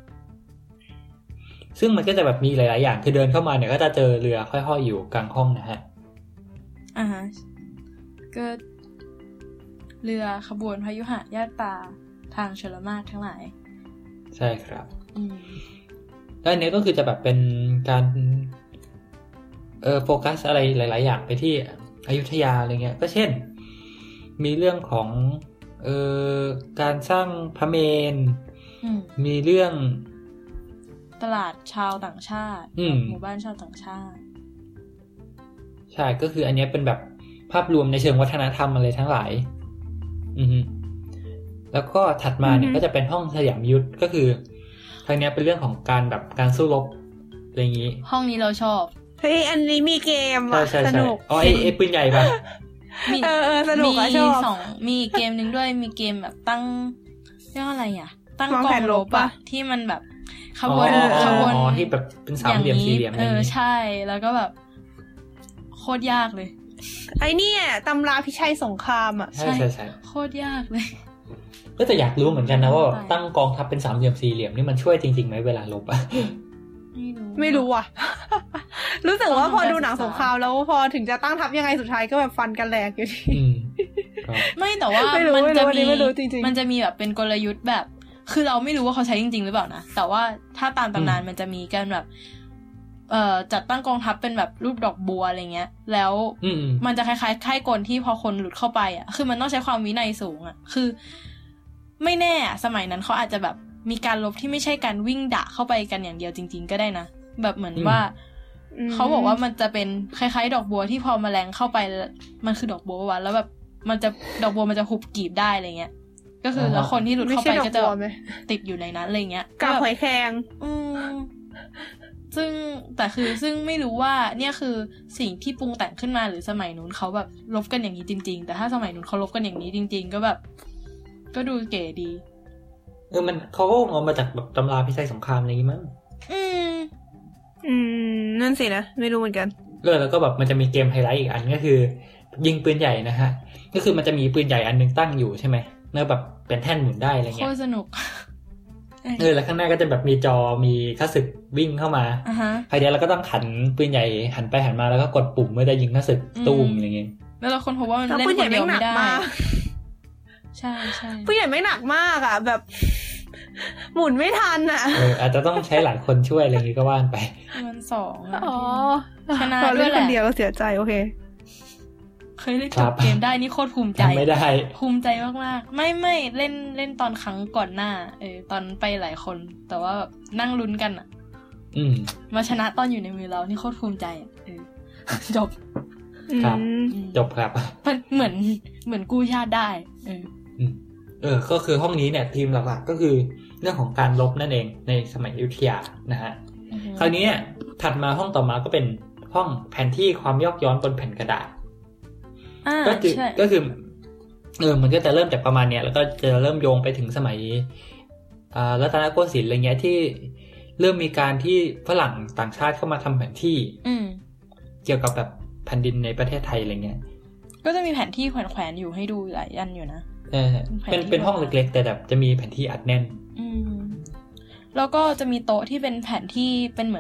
ซึ่งมันก็จะแบบมีหลายๆอย่างคือเดินเข้ามาเนี่ยก็จะเจอเรือค่อยๆอยู่กลางห้องนะฮะอ่าฮะก็เรือขบวนพยุหะญาติป่าทางชลมารทั้งหลายใช่ครับแล้วอันนี้ก็คือจะแบบเป็นการเออโฟกัสอะไรหลายๆอย่างไปที่อยุธยาอะไรเงี้ยก็เช่นมีเรื่องของเออการสร้างพระเมรุมีเรื่องตลาดชาวต่างชาติหมู่บ้านชาวต่างชาติใช่ก็คืออันนี้เป็นแบบภาพรวมในเชิงวัฒนธรรมอะไรทั้งหลายอือฮึแล้วก็ถัดมาเนี่ยก็จะเป็นห้องสยามยุทธก็คือทางนี้เป็นเรื่องของการแบบการสู้รบอะไรอย่างนี้ห้องนี้เราชอบเฮ้ยอันนี้มีเกมอ่ะสนุกอ๋อไอ้ไอ้ปืนใหญ่ป่ะมีเออสนุกอ่ะชอบสองมีเกมนึงด้วยมีเกมแบบตั้งเรียกว่าอะไรอ่ะตั้งกองรบอ่ะที่มันแบบขบวนขบวนอ๋อที่แบบเป็นสามเหลี่ยมสี่เหลี่ยมอะไรอย่างนี้เออใช่แล้วก็แบบโคตรยากเลยไอ้นี่ตำราพิชัยสงครามอ่ะใช่ใช่ใช่โคตรยากเลยก็แต่อยากรู้เหมือนกันนะว่าตั้งกองทัพเป็นสามเหลี่ยมสี่เหลี่ยมนี่มันช่วยจริงๆไหมเวลาลบอ่ะไม่รู้ไม่รู้อ่ะรู้สึกว่าพอดูหนังสงครามแล้วพอถึงจะตั้งทัพยังไงสุดท้ายก็แบบฟันกันแหลกอยู่ดีไม่แต่ว่ามันจะมีมันจะมีแบบเป็นกลยุทธ์แบบคือเราไม่รู้ว่าเขาใช้จริงๆหรือเปล่านะแต่ว่าถ้าตามตำนานมันจะมีกันแบบเอ่อจัดตั้งกองทัพเป็นแบบรูปดอกบัวอะไรเงี้ยแล้วมันจะคล้ายๆค่ายกลที่พอคนหลุดเข้าไปอ่ะคือมันต้องใช้ความวินัยสูงอ่ะคือไม่แน่สมัยนั้นเขาอาจจะแบบมีการลบที่ไม่ใช่การวิ่งดะเข้าไปกันอย่างเดียวจริงๆก็ได้นะแบบเหมือนว่าเขาบอกว่ามันจะเป็นคล้ายๆดอกบัวที่พอแมลงเข้าไปมันคือดอกบัววะแล้วแบบมันจะดอกบัวมันจะหุบกีบได้อะไรเงี้ยก็คือแล้วคนที่หลุดเข้าไปก็จะติดอยู่ในนั้นอะไรเงี้ยกับหอยแครงอืมซึ่งแต่คือซึ่งไม่รู้ว่าเนี่ยคือสิ่งที่ปรุงแต่งขึ้นมาหรือสมัยนู้นเขาแบบลบกันอย่างนี้จริงๆแต่ถ้าสมัยนู้นเขาลบกันอย่างนี้จริงๆก็แบบก็ดูเก๋ดีเออมันเขาก็เอามาจากแบบตำราพิชัยสงครามอะไรอย่างงี้มั้งอืมอืมนั่นสินะไม่รู้เหมือนกันเออแล้วก็แบบมันจะมีเกมไฮไลท์อีกอันก็คือยิงปืนใหญ่นะฮะก็คือมันจะมีปืนใหญ่อันนึงตั้งอยู่ใช่ไหมแล้วแบบเป็นแท่นหมุนได้อะไรเงี้ยโคตรสนุกเออแล้วข้างหน้าก็จะแบบมีจอมีข้าศึกวิ่งเข้ามาใครเดียวเราก็ต้องหันปืนใหญ่หันไปหันมาแล้วก็กดปุ่มเมื่อจะยิงข้าศึกตุ้มอะไรเงี้ยแล้วเราคนพบว่ามันเล่นคนเดียวไม่ได้ใช่ใช่ปืนใหญ่ไม่หนักมากอ่ะแบบหมุนไม่ทันอ่ะเอออาจจะต้องใช้หลายคนช่วยอะไรอย่างงี้ก็ว่านไปมันสองอ่ะอ๋อชนะด้วยแหละคนเดียวก็เสียใจโอเคเคยเล่นจบเกมได้นี่โคตรภูมิใจไม่ได้ภูมิใจมากๆไม่ไม่เล่นเล่นตอนครั้งก่อนหน้าเออตอนไปหลายคนแต่ว่าแบบนั่งลุ้นกันอ่ะอืมมาชนะตอนอยู่ในมือเรานี่โคตรภูมิใจอ่ะเออจบครับจบครับเหมือนเหมือนกู้ชาติได้เออเออก็คือห้องนี้เนี่ยทีมหลักๆก็คือเรื่องของการลบนั่นเองในสมัยอยุธยานะฮะคราวนี้เนี่ยถัดมาห้องต่อมาก็เป็นห้องแผนที่ความยอกย้อนบนแผ่นกระดาษก็คือก็คือเออมันก็จะเริ่มจากประมาณเนี้ยแล้วก็จะเริ่มโยงไปถึงสมัยอ่ารัตนโกสินทร์อะไรเงี้ยที่เริ่มมีการที่ฝรั่งต่างชาติเข้ามาทำแผนที่เกี่ยวกับแบบแผ่นดินในประเทศไทยอะไรเงี้ยก็จะมีแผนที่แขวนๆอยู่ให้ดูหลายอันอยู่นะเออเป็นเป็นห้องเล็กๆแต่แบบจะมีแผนที่อัดแน่นอืมแล้วก็จะมีโต๊ะที่เป็นแผนที่เป็นเหมือน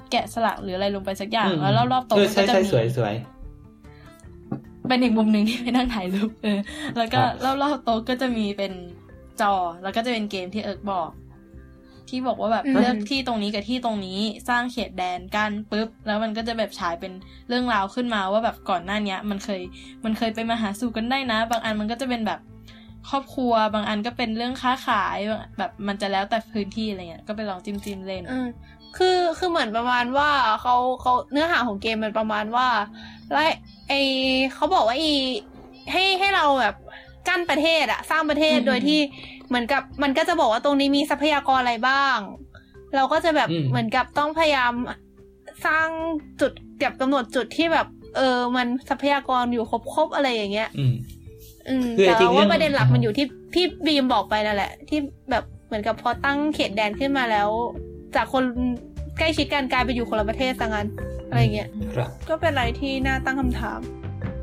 แกะสลักหรืออะไรลงไปสักอย่างแล้วรอบๆโต๊ะก็จะมีสวยๆเป็นอีกมุมนึงที่ไปนั่งถ่ายรูปเออแล้วก็รอบๆโต๊ะก็จะมีเป็นจอแล้วก็จะเป็นเกมที่เอิร์กบอกที่บอกว่าแบบเลือกที่ตรงนี้กับที่ตรงนี้สร้างเขตแดนกันปุ๊บแล้วมันก็จะแบบฉายเป็นเรื่องราวขึ้นมาว่าแบบก่อนหน้านี้มันเคยมันเคยไปมาหาสู่กันได้นะบางอันมันก็จะเป็นแบบครอบครัวบางอันก็เป็นเรื่องค้าขายแบบมันจะแล้วแต่พื้นที่อะไรเงี้ยก็ไปลองจิ้มจิ้มเล่นคือคือเหมือนประมาณว่าเขาเขาเนื้อหาของเกมมันประมาณว่าไล่ไอเขาบอกว่าอีให้ให้เราแบบกั้นประเทศอะสร้างประเทศโดยที่เหมือนกับมันก็จะบอกว่าตรงนี้มีทรัพยากรอะไรบ้างเราก็จะแบบเหมือนกับต้องพยายามสร้างจุดแบบกำหนดจุดที่แบบเออมันทรัพยากรอยู่ครบๆอะไรอย่างเงี้ยอืมอืมแต่ว่าประเด็นหลักมันอยู่ที่ที่บีมบอกไปนั่นแหละที่แบบเหมือนกับพอตั้งเขตแดนขึ้นมาแล้วจากคนใกล้ชิดกันกลายไปอยู่คนละประเทศซะงั้นอะไรเงี้ยก็เป็นอะไรที่น่าตั้งคำถาม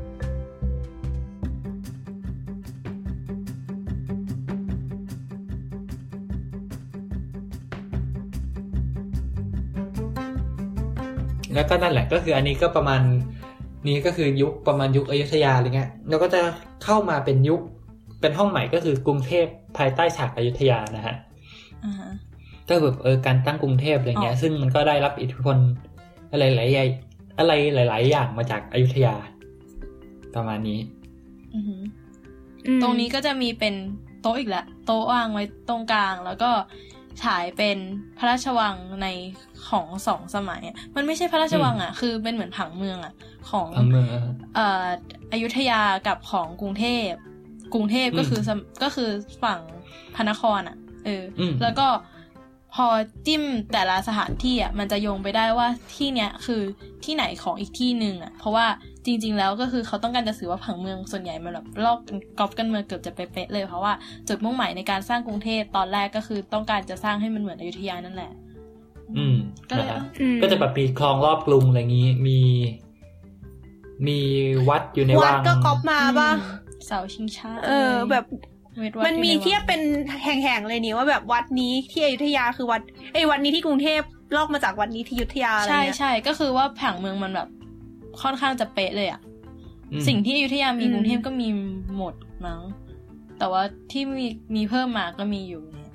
แล้วก็นั่นแหละก็คืออันนี้ก็ประมาณนี้ก็คือยุคประมาณยุคอยุธยาอะไรเงี้ยแล้วก็จะเข้ามาเป็นยุคเป็นห้องใหม่ก็คือกรุงเทพภายใต้ฉากอยุธยานะฮะอ่าฮะก็แบบเออการตั้งกรุงเทพอะไรเงี้ยซึ่งมันก็ได้รับอิทธิพลอะไรหลายอย่างอะไรหลายๆอย่างมาจากอยุธยาประมาณนี้อือฮึตรงนี้ก็จะมีเป็นโต๊ะอีกละโต๊ะวางไว้ตรงกลางแล้วก็ฉายเป็นพระราชวังในของสองสมัยมันไม่ใช่พระราชวังอ่ะคือเป็นเหมือนผังเมืองอ่ะของเอ่ออยุธยากับของกรุงเทพกรุงเทพก็คือก็คือฝั่งพระนครอ่ะเออแล้วก็พอจิ้มแต่ละสถานที่อ่ะมันจะโยงไปได้ว่าที่เนี้ยคือที่ไหนของอีกที่นึงอ่ะเพราะว่าจริงๆแล้วก็คือเขาต้องการจะสื่อว่าผังเมืองส่วนใหญ่มันแบบลอกก๊อปกันมาเกือบจะเป๊ะๆเลยเพราะว่าจุดมุ่งหมายในการสร้างกรุงเทพตอนแรกก็คือต้องการจะสร้างให้มันเหมือนอยุธยานั่นแหละอืมก็เลยก็จะแบบมีคลองรอบกรุงอะไรงี้มีมีวัดอยู่ในวังวัดก็ก๊อปมาป่ะเสาชิงช้าเออแบบมันมีเทียบเป็นแห่งๆเลยนี่ว่าแบบวัดนี้ที่อยุธยาคือวัดไอ้วัดนี้ที่กรุงเทพลอกมาจากวัดนี้ที่อยุธยาอะไรเงี้ยใช่ๆก็คือว่าผังเมืองมันแบบค่อนข้างจะเป๊ะเลยอ่ะสิ่งที่อยุธยามีกรุงเทพก็มีหมดมั้งแต่ว่าที่มีมีเพิ่มมาก็มีอยู่เนี่ย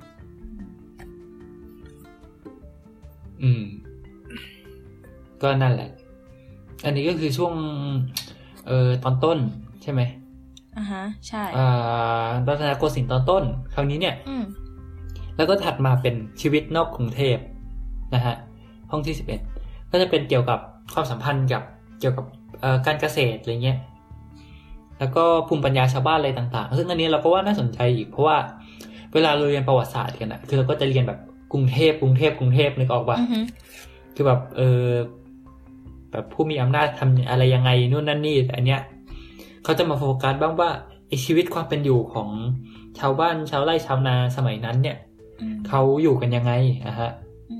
อืมก็นั่นแหละอันนี้ก็คือช่วงเอ่อตอนต้นใช่ไหมอ่าฮะใช่อ่ารัตนโกสินทร์ตอนต้นคราวนี้เนี่ยแล้วก็ถัดมาเป็นชีวิตนอกกรุงเทพนะฮะห้องที่สิบเอ็ดก็จะเป็นเกี่ยวกับความสัมพันธ์กับเกี่ยวกับการเกษตรอะไรเงี้ยแล้วก็ภูมิปัญญาชาวบ้านอะไรต่างๆซึ่งอันนี้เราก็ว่าน่าสนใจอีกเพราะว่าเวลาเราเรียนประวัติศาสตร์กันนะคือเราก็จะเรียนแบบกรุงเทพกรุงเทพกรุงเทพนึกออกป่ะ uh-huh. คือแบบเออแบบผู้มีอำนาจทำอะไรยังไงนู่นนั่นนี่แต่อันเนี้ยเขาจะมาโฟกัสบ้างว่าไอ้ชีวิตความเป็นอยู่ของชาวบ้านชาวไร่ชาวนาสมัยนั้นเนี่ย uh-huh. เขาอยู่กันยังไงอะฮะ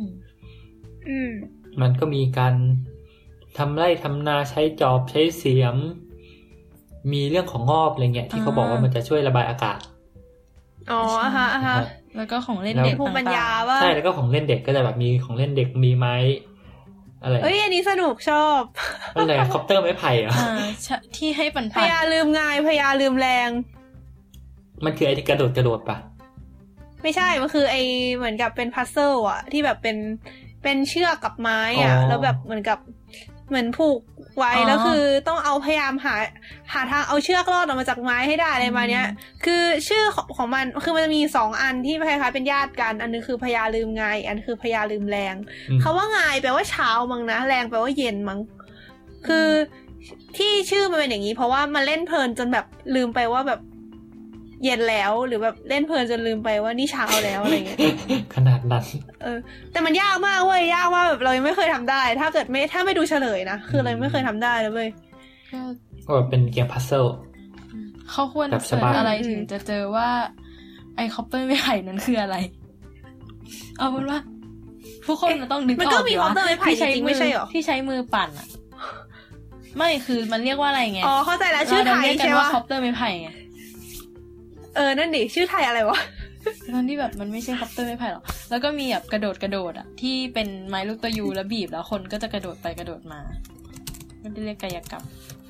uh-huh. มันก็มีการทำไร่ทำนาใช้จอบใช้เสียมมีเรื่องของงอบอะไรเงี้ยที่เขาบอกว่ามันจะช่วยระบายอากาศอ๋ออ่ะฮะอ่ะฮะแล้วก็ของเล่นเด็กภูมิปัญญาว่าใช่แล้วก็ของเล่นเด็กก็จะแบบมีของเล่นเด็กมีไม้อะไรเอ้ยอันนี้สนุกชอบอะไรคอปเตอร์ไม้ไผ่เหรออ่าที่ให้ปั่นๆพยาลืมง่ายพยาลืมแรงมันคือไอ้กระโดดกระโดดปะไม่ใช่มันคือไอ้เหมือนกับเป็นพัซเซิลอ่ะที่แบบเป็นเป็นเชือกกับไม้อ่ะแล้วแบบเหมือนกับเหมือนผูกไว้แล้วคือต้องเอาพยายามหาหาทางเอาเชือกรอดออกมาจากไม้ให้ได้อะไรมาเนี้ยคือชื่อของของมันคือมันจะมีสองอันที่คล้ายๆเป็นญาติกันอันนึงคือพญาลืมงายอันคือพญาลืมแรงคำว่างายแปลว่าเช้ามั้งนะแรงแปลว่าเย็นมั้งคือที่ชื่อมันเป็นอย่างนี้เพราะว่ามันเล่นเพลินจนแบบลืมไปว่าแบบเย็นแล้วหรือแบบเล่นเพลินจนลืมไปว่านี่เช้าแล้วอะไรเงี้ยขนาดนั้นเออแต่มันยากมากเว้ยยากมากแบบเรายังไม่เคยทำได้ถ้าเกิดไม่ถ้าไม่ดูเฉลยนะคือเราไม่เคยทำได้เลยเว้ยก็เป็นเกมพัซเซิลเขาควรเสิร์ชอะไรถึงจะเจอว่าไอ้คอปเตอร์ไม้ไผ่นั้นคืออะไรเอาเป็นว่าผู้คนมันต้องนึกออกมันก็มีคอปเตอร์ไม้ไผ่จริงไม่ใช่หรอที่ใช้มือปั่นอ่ะไม่คือมันเรียกว่าอะไรไงอ๋อเข้าใจแล้วชื่อไทยใช่ป่ะคอปเตอร์ไม้ไผ่ไงเออนั่นดิชื่อไทยอะไรวะตอนที่แบบมันไม่ใช่คอปเตอร์ไม้ไผ่หรอแล้วก็มีแบบกระโดดกระโดดอ่ะที่เป็นไม้ลูกตัวยูแล้วบีบแล้วคนก็จะกระโดดไปกระโดดมาก็เรียกกายกรรม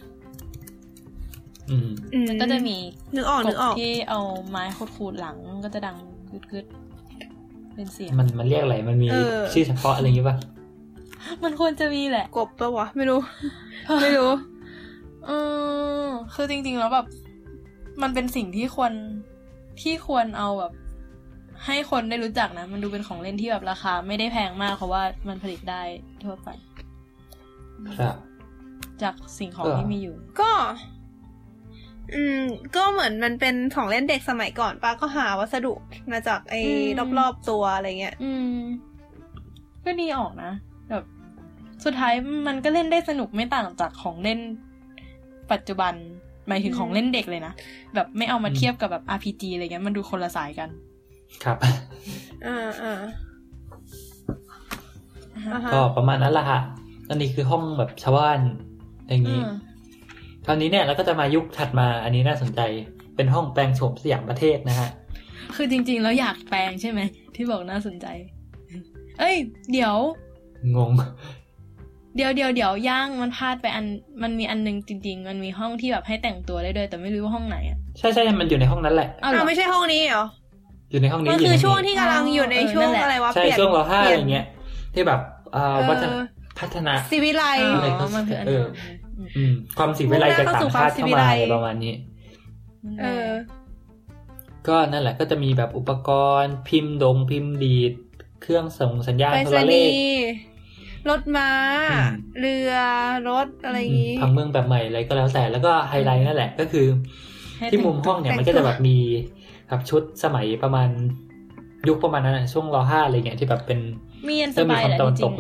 อืมแล้วก็จะมีนึกออกนึกออกที่เอาไม้ขูดๆหลังก็จะดังกึดๆเป็นเสียงมันมันเรียกอะไรมันมีชื่อเฉพาะอะไรอย่างงี้ป่ะมันควรจะมีแหละกบป่ะวะไม่รู้ไม่รู้เออคือจริงๆแล้วแบบมันเป็นสิ่งที่ควรที่ควรเอาแบบให้คนได้รู้จักนะมันดูเป็นของเล่นที่แบบราคาไม่ได้แพงมากเพราะว่ามันผลิตได้ทั่วไปครับจากสิ่งของที่มีอยู่ก็อืมก็เหมือนมันเป็นของเล่นเด็กสมัยก่อนป้าก็หาวัสดุมาจากไอ้รอบๆตัวอะไรเงี้ยอืมก็ดีออกนะแบบสุดท้ายมันก็เล่นได้สนุกไม่ต่างจากของเล่นปัจจุบันหมายถึงของเล่นเด็กเลยนะแบบไม่เอามาเทียบกับแบบ อาร์ พี จี อะไรเงี้ยมันดูคนละสายกันครับอ่าอ่าก็ประมาณนั้นแหละค่ะอันนี้คือห้องแบบชาวบ้านอย่างนี้คราวนี้เนี่ยเราก็จะมายุคถัดมาอันนี้น่าสนใจเป็นห้องแปลงโฉมสยามประเทศนะฮะคือจริงๆแล้วอยากแปลงใช่ไหมที่บอกน่าสนใจเอ้ยเดี๋ยวงงเดี๋ยวเดี๋ยวเดี๋ยวย่างมันพลาดไปอันมันมีอันนึงจริงๆมันมีห้องที่แบบให้แต่งตัวได้ด้วยแต่ไม่รู้ว่าห้องไหนอ่ะใช่ใช่มันอยู่ในห้องนั้นแหละอ้าวไม่ใช่ห้องนี้เหรออยู่ในห้องนี้มันคือช่วงที่กำลังอยู่ในช่วงอะไรวะเปลี่ยนใช่ช่วงรอห้าอะไรเงี้ยที่แบบอ่าวัฒนพัฒนาศิวิไลอะไรก็มันคืออันนี้ความศิวิไลจากต่างชาติเข้ามาประมาณนี้เออก็นั่นแหละก็จะมีแบบอุปกรณ์พิมพ์ดงพิมพ์ดีดเครื่องส่งสัญญาณโทรเลขรถม้าเรือรถอะไรอย่างงี้ผังเมืองแบบใหม่อะไรก็แล้วแต่แล้วก็ไฮไลท์นั่นแหละก็คือที่มุมห้องเนี่ยมันก็จะแบบมีแบบชุดสมัยประมาณยุคประมาณนั้นช่วงรอห้าอะไรเงี้ยที่แบบเป็นมีอันสบายแหละจริง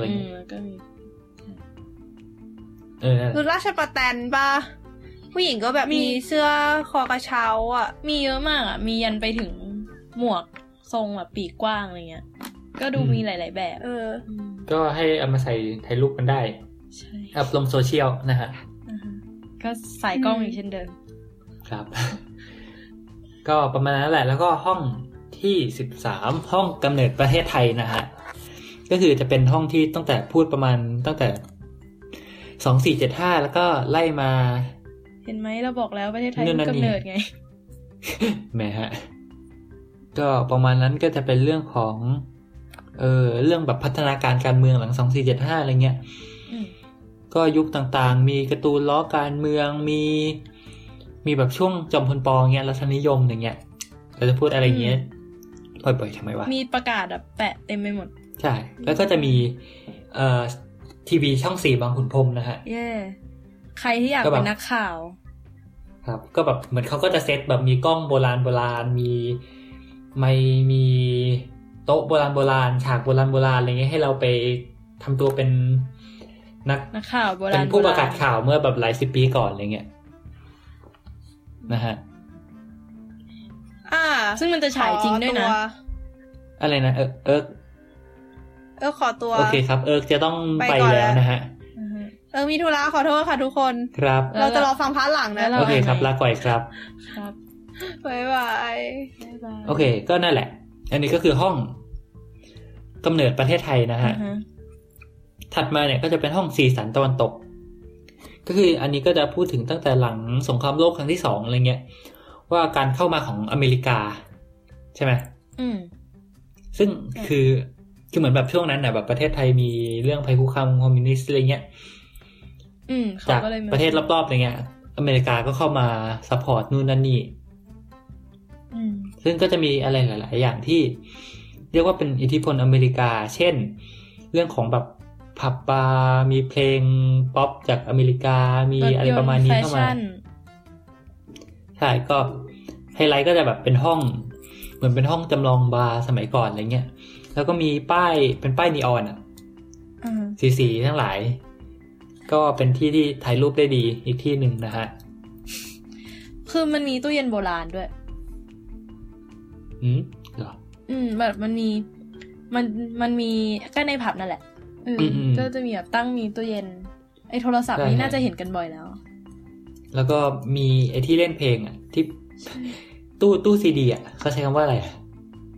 เออคือราชประแตนป่ะผู้หญิงก็แบบมีเสื้อคอกระเช้าอ่ะมีเยอะมากอ่ะมียันไปถึงหมวกทรงแบบปีกกว้างอะไรเงี้ยก็ดูมีหลายๆแบบเออก็ให้เอามาใส่ถ่ายรูปกันได้ใช่อัพลงโซเชียลนะฮะก็ใส่กล้องอีกเช่นเดิมครับก็ประมาณนั้นแหละแล้วก็ห้องที่สิบสามห้องกำเนิดประเทศไทยนะฮะก็คือจะเป็นห้องที่ตั้งแต่พูดประมาณตั้งแต่สองสี่เจ็ดห้าแล้วก็ไล่มาเห็นไหมเราบอกแล้วประเทศไทยกำเนิดไงแหมฮะก็ประมาณนั้นก็จะเป็นเรื่องของเออเรื่องแบบพัฒนาการการเมืองหลังสองสี่เจ็ดห้าอะไรเงี้ยก็ยุคต่างๆมีการ์ตูนล้อการเมืองมีมีแบบช่วงจอมพลปอเงี้ยรัชนิยมอย่างเงี้ยเราจะพูดอะไรเงี้ยบ่อยๆทำไมวะมีประกาศแบบแปะเต็มไปหมดใช่แล้วก็จะมีเอ่อทีวีช่องสี่บางขุนพรหมนะฮะเย่ใครที่อยากเป็นนักข่าวครับก็แบบเหมือนเขาก็จะเซตแบบมีกล้องโบราณโบราณมีไม่มีโต๊ะโบราณโบราณฉากโบราณโบราณอะไรเงี้ยให้เราไปทำตัวเป็นนักนักข่าวโบราณเป็นผู้ประกาศข่าวเมื่อแบบหลายสิบปีก่อนอะไรเงี้ยนะฮะอ่าซึ่งมันจะฉายจริงด้วยนะอะไรนะเออเอิร์กเอิร์กขอตัวโอเคครับเอิร์กจะต้องไปแล้วนะฮะเออมีธุระขอโทษค่ะทุกคนครับเราจะรอฟังพาร์ทหลังนะโอเคครับลาก่อยครับครับบ๊ายบายโอเคก็นั่นแหละอันนี้ก็คือห้องกำเนิดประเทศไทยนะฮะถัดมาเนี่ยก็จะเป็นห้องสีสันตะวันตกก็คืออันนี้ก็จะพูดถึงตั้งแต่หลังสงครามโลกครั้งที่สองอะไรเงี้ยว่าการเข้ามาของอเมริกาใช่ไหมอืมซึ่งคือคือเหมือนแบบช่วงนั้นน่ะแบบประเทศไทยมีเรื่องภัยคุกคามคอมมิวนิสต์อะไรเงี้ยอืมจากประเทศรอบๆอะไรเงี้ยอเมริกาก็เข้ามาซัพพอร์ตนู่นนั่นนี่อืมซึ่งก็จะมีอะไรหลายๆอย่างที่เรียกว่าเป็นอิทธิพลอเมริกาเช่นเรื่องของแบบผับบาร์มีเพลงป๊อปจากอเมริกามีอะไรประมาณนี้เข้ามาใช่ก็ไฮไลท์ก็จะแบบเป็นห้องเหมือนเป็นห้องจำลองบาร์สมัยก่อนอะไรเงี้ยแล้วก็มีป้ายเป็นป้ายนีออนอ่ะสีๆทั้งหลายก็เป็นที่ที่ถ่ายรูปได้ดีอีกที่หนึ่งนะฮะคือมันมีตู้เย็นโบราณด้วยอืมเหรออืมแบบมันมีมันมันมีก็ในผับนั่นแหละอืมก็จะมีแบบตั้งมีตู้เย็นไอ้โทรศัพท์นี่น่าจะเห็นกันบ่อยแล้วแล้วก็มีไอ้ที่เล่นเพลงอ่ะที่ตู้ตู้ซีดีอ่ะเขาใช้คำว่าอะไร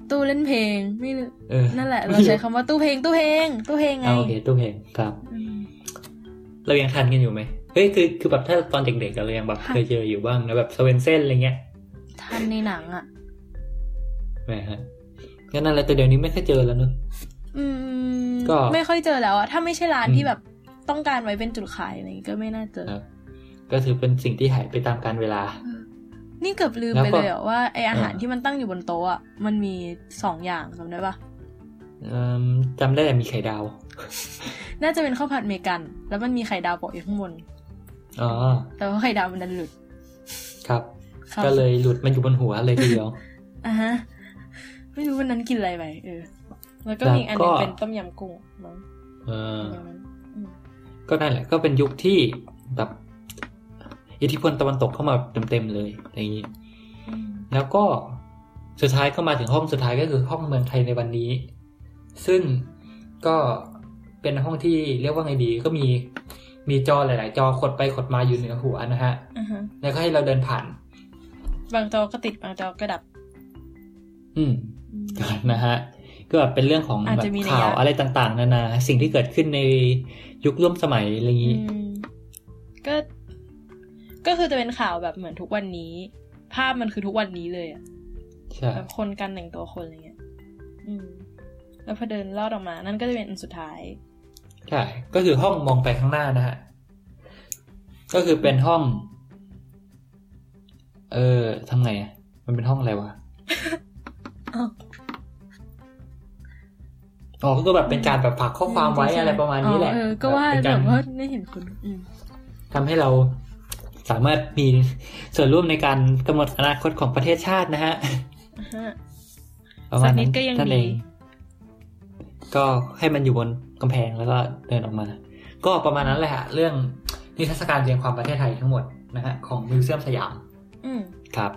ตู้เล่นเพลงไม่นั่นแหละเราใช้คำว่าตู้เพลงตู้เพลงตู้เพลงไงโอเคตู้เพลงครับเรายังทันกันอยู่ไหมเฮ้ยคือคือแบบถ้าตอนเด็กๆเรายังแบบเคยเจออยู่บ้างนะแบบสเวนเซ่นอะไรเงี้ยทันในหนังอ่ะแหมฮะงั้นนั่นแหละแต่เดี๋ยวนี้ไม่ค่อยเจอแล้วเนอะอืมก็ไม่ค่อยเจอแล้วอะถ้าไม่ใช่ร้านที่แบบต้องการไว้เป็นจุดขายอะไรก็ไม่น่าเจอก็ถือเป็นสิ่งที่หายไปตามกาลเวลานี่เกือบลืมไปเลยอ่ะว่าไออาหารที่มันตั้งอยู่บนโต๊ะอ่ะมันมีสองอย่างจำได้ปะจำได้แต่มีไข่ดาวน่าจะเป็นข้าวผัดเมกันแล้วมันมีไข่ดาวโปะอยู่ข้างบนอ๋อแต่ว่าไข่ดาวมันดันหลุดครับก็เลยหลุดมันอยู่บนหัวเลยทีเดียวอ่ะฮะไม่รู้วันนั้นกินอะไรไปเออแล้วก็มีอันนึงเป็นต้มยำกุ้งมั้งเออก็นั่นแหละก็เป็นยุคที่แบบอิทธิพลตะวันตกเข้ามาเต็มๆเลยอย่างนี้แล้วก็สุดท้ายก็มาถึงห้องสุดท้ายก็คือห้องเมืองไทยในวันนี้ซึ่งก็เป็นห้องที่เรียกว่าไงดีก็มีมีจอหลายๆจอขดไปขดมาอยู่เหนือหัวนะฮะ uh-huh. แล้วก็ให้เราเดินผ่านบางจอก็ติดบางจอก็ดับอืมนะฮะก็แบบเป็นเรื่องของแบบข่าวอะไรต่างๆนานาสิ่งที่เกิดขึ้นในยุคร่วมสมัยอะไรอย่างนี้ก็ก็คือจะเป็นข่าวแบบเหมือนทุกวันนี้ภาพมันคือทุกวันนี้เลยอ่ะใช่แบบคนกันแต่งตัวคนอะไรเงี้ยอืมแล้วพอเดินลอดออกมานั่นก็จะเป็นอันสุดท้ายใช่ก็คือห้องมองไปข้างหน้านะฮะก็คือเป็นห้องเออทำไงอ่ะมันเป็นห้องอะไรวะอ๋อก็แบบเป็นการแบบฝากข้อความไว้อะไรประมาณนี้แหละเออก็ว่าแบบว่าไม่เห็นคุณทำให้เราสามารถมีส่วนร่วมในการกำหนดอนาคตของประเทศชาตินะฮะประมาณนั้นนั่นเองก็ให้มันอยู่บนกำแพงแล้วก็เดินออกมาก็ประมาณนั้นแหละฮะเรื่องนิทรรศการเรียงความประเทศไทยทั้งหมดนะฮะของมิวเซียมสยามครับ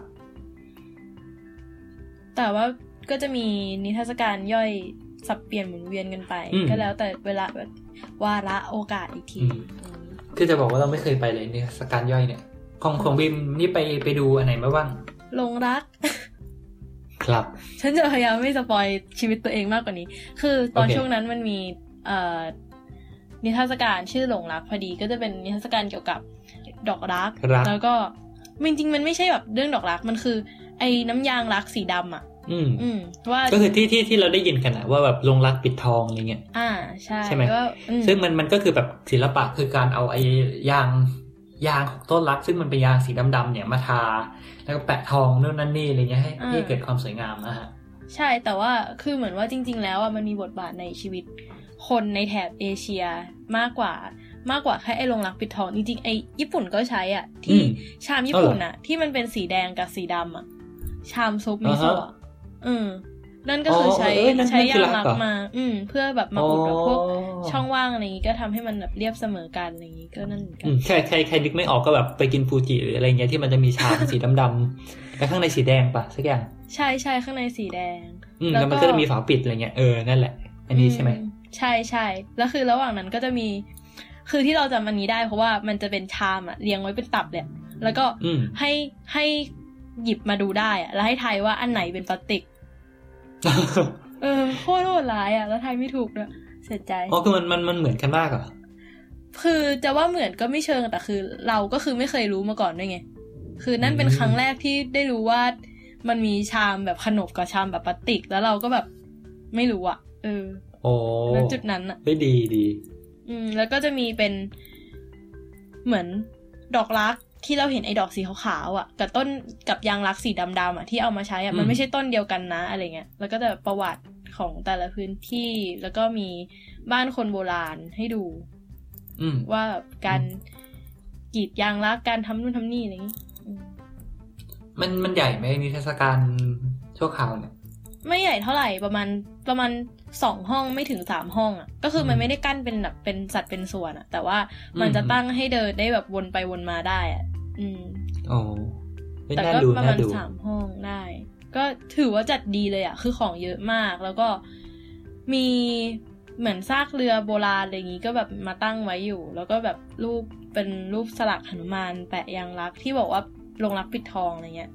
แต่ว่าก็จะมีนิทรรศการย่อยสับเปลี่ยนหมุนเวียนกันไปก็แล้วแต่เวลาแบบวาระโอกาสอีกทีคือจะบอกว่าเราไม่เคยไปเลยนิทรรศการย่อยเนี่ยของของบิมนี่ไปไปดูอันไหนมาบ้างลงรักครับฉันจะพยายามไม่สปอยชีวิตตัวเองมากกว่านี้คือตอน okay. ช่วงนั้นมันมีเอ่อนิทรรศการชื่อหลงรักพอดีก็จะเป็นนิทรรศการเกี่ยวกับดอกรักแล้วก็จริงๆมันไม่ใช่แบบเรื่องดอกรักมันคือไอ้น้ำยางรักสีดำอ่ะอืมอืมว่าก็คือที่ที่ที่เราได้ยินกันอะว่าแบบลงรักปิดทองอะไรเงี้ยอ่าใช่ใช่ไหมซึ่งมันมันก็คือแบบศิลปะคือการเอาไอ้ยางยางของต้นรักซึ่งมันเป็นยางสีดำๆเนี่ยมาทาแล้วก็แปะทองนู่นนั่นนี่อะไรเงี้ยให้ให้เกิดความสวยงามนะฮะใช่แต่ว่าคือเหมือนว่าจริงๆแล้วอ่ะมันมีบทบาทในชีวิตคนในแถบเอเชียมากกว่ามากกว่าแค่ไอ้ลงรักปิดทองจริงๆไอ้ญี่ปุ่นก็ใช้อ่ะที่ชามญี่ปุ่นอ่ะที่มันเป็นสีแดงกับสีดำอ่ะชามซุปมิโซะอืมนั่นก็คือใช้ใช้ยางรักมาอืมเพื่อแบบมาอุดแบบพวกช่องว่างอะไรอย่างงี้ก็ทำให้มันแบบเรียบเสมอกันอะไรอย่างงี้ก็นั่นกันใครใครใครนึกไม่ออกก็แบบไปกินฟูจิหรืออะไรเงี้ยที่มันจะมีชามสีดำๆแล้วข้างในสีแดงปะสักอย่างใช่ใช่ข้างในสีแดงแล้วมันก็จะมีฝาปิดอะไรเงี้ยเออนั่นแหละอันนี้ใช่ไหมใช่ใช่แล้วคือระหว่างนั้นก็จะมีคือที่เราจำอันนี้ได้เพราะว่ามันจะเป็นชามอะเรียงไว้เป็นตับเลยแล้วก็ให้ให้หยิบมาดูได้อะแล้วให้ทายว่าอันไหนเป็นพลาสติกเออโคตรโหดร้ายอ่ะแล้วทายไม่ถูกด้วยเสียใจอ๋อคือมันมันมันเหมือนกันมากเหรอคือจะว่าเหมือนก็ไม่เชิงแต่คือเราก็คือไม่เคยรู้มาก่อนด้วยไงคือนั่นเป็นครั้งแรกที่ได้รู้ว่ามันมีชามแบบขนบกับชามแบบพลาสติกแล้วเราก็แบบไม่รู้อ่ะเออโอ้ณจุดนั้นอ่ะไม่ดีดีอืมแล้วก็จะมีเป็นเหมือนดอกรักที่เราเห็นไอ้ดอกสีขาวๆอ่ะกับต้นกับยางรักสีดำๆอ่ะที่เอามาใช้อ่ะมันไม่ใช่ต้นเดียวกันนะอะไรเงี้ยแล้วก็จะประวัติของแต่ละพื้นที่แล้วก็มีบ้านคนโบราณให้ดูว่าการกรีดยางรักการทำนู่นทำนี่อะไรอย่างงี้มันมันใหญ่ไหมนิทรรศการชั่วคราวเนี่ยไม่ใหญ่เท่าไหร่ประมาณประมาณสองห้องไม่ถึงสามห้องอ่ะก็คือมันไม่ได้กั้นเป็นแบบเป็นสัดเป็นส่วนอ่ะแต่ว่ามันจะตั้งให้เดินได้แบบวนไปวนมาได้อ่ะอืมอ๋อแต่ก็ประมาณสามห้องได้ก็ถือว่าจัดดีเลยอ่ะคือของเยอะมากแล้วก็มีเหมือนซากเรือโบราณอะไรอย่างงี้ก็แบบมาตั้งไว้อยู่แล้วก็แบบรูปเป็นรูปสลักหนุมานแปะยางรักที่บอกว่าลงรักปิดทองอะไรเงี้ย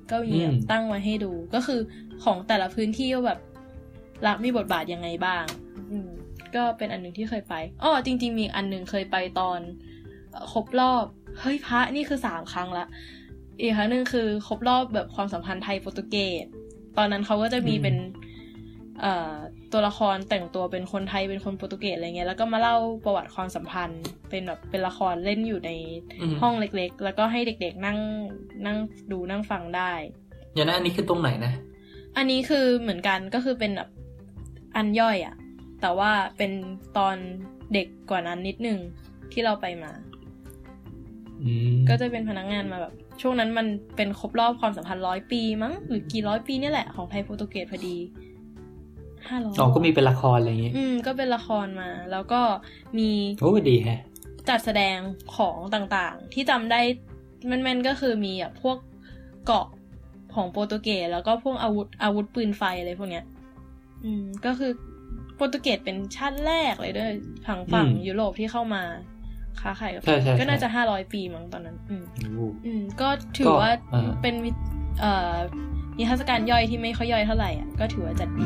ก็มีแบบตั้งไว้ให้ดูก็คือของแต่ละพื้นที่ก็แบบรักมีบทบาทยังไงบ้างอืมก็เป็นอันนึงที่เคยไปอ้อจริงๆมีอันนึงเคยไปตอนครบรอบเฮ้ยพระนี่คือสามครั้งละอีกครั้งนึงคือครบรอบแบบความสัมพันธ์ไทยโปรตุเกสตอนนั้นเขาก็จะมีเป็นเอ่อตัวละครแต่งตัวเป็นคนไทยเป็นคนโปรตุเกสอะไรเงี้ยแล้วก็มาเล่าประวัติความสัมพันธ์เป็นแบบเป็นละครเล่นอยู่ในห้องเล็กๆแล้วก็ให้เด็กๆนั่งนั่งดูนั่งฟังได้อย่างนั้นอันนี้คือตรงไหนนะอันนี้คือเหมือนกันก็คือเป็นแบบอันย่อยอ่ะแต่ว่าเป็นตอนเด็กกว่านั้นนิดนึงที่เราไปมาก็จะเป็นพนักงานมาแบบช่วงนั้นมันเป็นครบรอบความสัมพันธ์ร้อยปีมั้งหรือกี่ร้อยปีนี่แหละของไทยโปรตุเกสพอดีห้าร้อยอ๋อก็มีเป็นละครอะไรอย่างงี้อืมก็เป็นละครมาแล้วก็มีโอ้ดีแฮะจัดแสดงของต่างๆที่จำได้แม่นๆก็คือมีแบบพวกเกาะของโปรตุเกสแล้วก็พวกอาวุธอาวุธปืนไฟอะไรพวกเนี้ยอืมก็คือโปรตุเกสเป็นชาติแรกเลยด้วยฝั่งฝั่งยุโรปที่เข้ามาค้าขายกับก็น่าจะห้าร้อยปีมั้งตอนนั้นอืมอืมก็ถือว่าเป็นเอ่อนิทรรศการย่อยที่ไม่ค่อยย่อยเท่าไหร่อ่ะก็ถือว่าจัดดี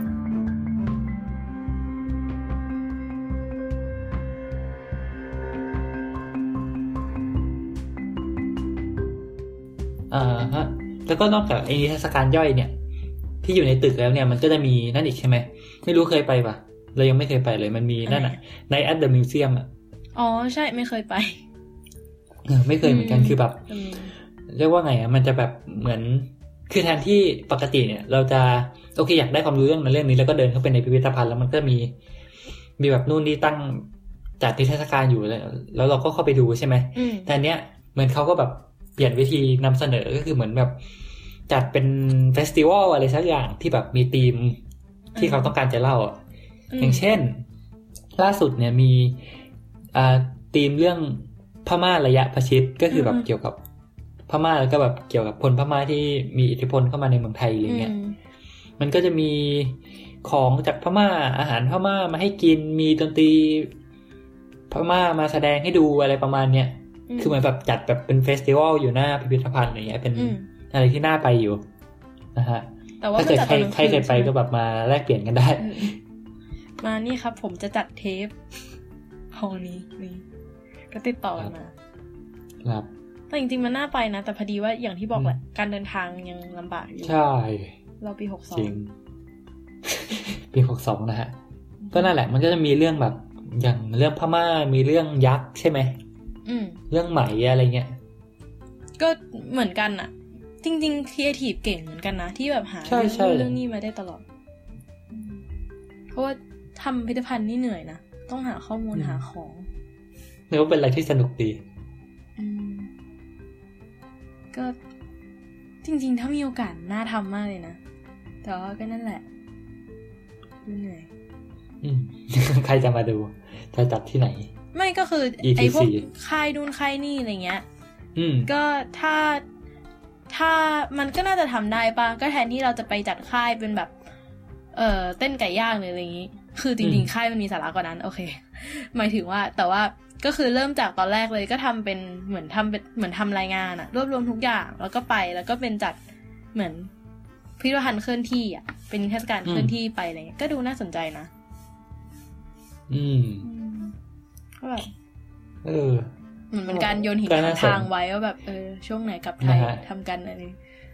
อ่าฮะแล้วก็นอกจากไอ้นิทรรศการย่อยเนี่ยที่อยู่ในตึกแล้วเนี่ยมันก็จะมีนั่นอีกใช่ไหมไม่รู้เคยไปปะเรายังไม่เคยไปเลยมันมีนั่นอ่ะใน at the museum อ่ะอ๋อใช่ไม่เคยไปเออไม่เคยเหมือนกันคือแบบเรียกว่าไงอ่ะมันจะแบบเหมือนคือแทนที่ปกติเนี่ยเราจะโอเคอยากได้ความรู้เรื่องนั้นเรื่องนี้แล้วก็เดินเข้าไปในพิพิธภัณฑ์แล้วมันก็มีมีแบบนู่นนี่ตั้งจัดนิทรรศการอยู่แล้วแล้วเราก็เข้าไปดูใช่ไหมแต่อันเนี้ยเหมือนเขาก็แบบเปลี่ยนวิธีนำเสนอก็คือเหมือนแบบจัดเป็นเฟสติวัลอะไรสักอย่างที่แบบมีธีมที่เขาต้องการจะเล่าอย่างเช่นล่าสุดเนี่ยมีอ่าธีมเรื่องพม่าระยะประชิดก็คือแบบเกี่ยวกับพม่าแล้วก็แบบเกี่ยวกับพลพม่าที่มีอิทธิพลเข้ามาในเมืองไทยอะไรเงี้ยมันก็จะมีของจากพม่าอาหารพม่ามาให้กินมีดนตรีพม่ามาแสดงให้ดูอะไรประมาณเนี้ยคือเหมือนแบบจัดแบบเป็นเฟสติวัลอยู่หน้าพิพิธภัณฑ์อะไรเงี้ยเป็นอะไรที่น่าไปอยู่นะฮะถ้าเกิดใครใครเคยไปก็แบบมาแลกเปลี่ยนกันได้มานี่ครับผมจะจัดเทปห้องนี้นี่ก็ติดต่อกันมาครับแต่จริงๆมันน่าไปนะแต่พอดีว่าอย่างที่บอกแหละการเดินทางยังลำบากอยู่ใช่เราปีหกสิบสองจริงปีหกสิบสองนะฮะก็นั่นแหละมันก็จะมีเรื่องแบบอย่างเรื่องพม่ามีเรื่องยักษ์ใช่ไหมอืมเรื่องไหมอะไรเงี้ยก็เหมือนกันอะจริงๆครีเอทีฟเก่งเหมือนกันนะที่แบบหาเรื่องนี้มาได้ตลอดเพราะว่าทำพิพิธภัณฑ์นี่เหนื่อยนะต้องหาข้อมูลหาของเนี่ยว่าเป็นอะไรที่สนุกดีอืมก็จริงๆถ้ามีโอกาสน่าทำมากเลยนะแต่ว่าก็นั่นแหละเหนื่อยอืมใครจะมาดูจะจัดที่ไหนไม่ก็คือไอ้พวกค่ายนู่นค่ายนี่อะไรเงี้ยอืมก็ถ้าถ้ามันก็น่าจะทำได้ป่ะก็แทนที่เราจะไปจัดค่ายเป็นแบบเอ่อเต้นไก่ย่างเลยอะไรอย่างงี้คือจริงๆค่ายมันมีสาระกว่านั้นโอเคหมายถึงว่าแต่ว่าก็คือเริ่มจากตอนแรกเลยก็ทำเป็นเหมือนทำเป็นเหมือนทำรายงานอะรวบรวมทุกอย่างแล้วก็ไปแล้วก็เป็นจัดเหมือนพิพิธภัณฑ์เคลื่อนที่อะเป็นเทศกาลเคลื่อนที่ไปอะไรเงี้ยก็ดูน่าสนใจนะอืมก็แบบเออเหมือนเป็นการโยนหินถามทางไว้ว่าแบบเออช่วงไหนกลับไทยทำกันอะไร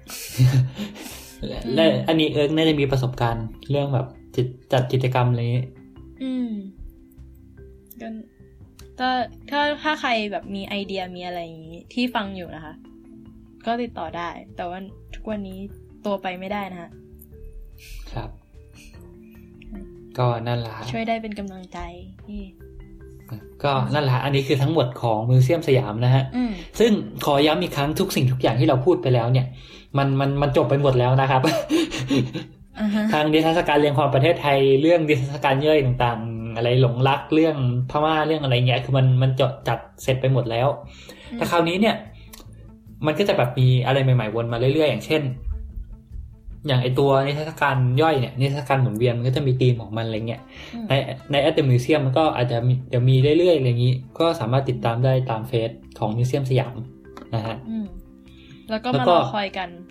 และอันนี้เอิร์กน่าจะมีประสบการณ์เรื่องแบบจัดกิจกรรมอะไรอย่างนี้อืมก็ถ้าถ้าถ้าใครแบบมีไอเดียมีอะไรอย่างนี้ที่ฟังอยู่นะคะก็ติดต่อได้แต่ว่าทุกวันนี้ตัวไปไม่ได้นะฮะครับก็นั่นแหละช่วยได้เป็นกำลังใจที่ก็นั่นแหละอันนี้คือทั้งหมดของมิวเซียมสยามนะฮะซึ่งขอย้ำอีกครั้งทุกสิ่งทุกอย่างที่เราพูดไปแล้วเนี่ยมันมันมันจบไปหมดแล้วนะครับ uh-huh. ทางนิทรรศการเรียงความประเทศไทยเรื่องนิทรรศการย่อยต่างๆอะไรหลงรักเรื่องพม่าเรื่องอะไรเงี้ยคือมันมันจดจัดเสร็จไปหมดแล้ว uh-huh. แต่คราวนี้เนี่ยมันก็จะแบบมีอะไรใหม่ๆวนมาเรื่อยๆอย่างเช่นอย่างไอตัวนิทรรศการย่อยเนี่ยนิทรรศการหมุนเวียนมันก็จะมีธีมของมันอะไรเงี้ยในใน at the museum มันก็อาจจะมีเดี๋ยวมีเรื่อยๆอะไรอย่างนี้ก็สามารถติดตามได้ตามเฟซของมิวเซียมสยามนะฮะแล้วก็มารอคอยกัน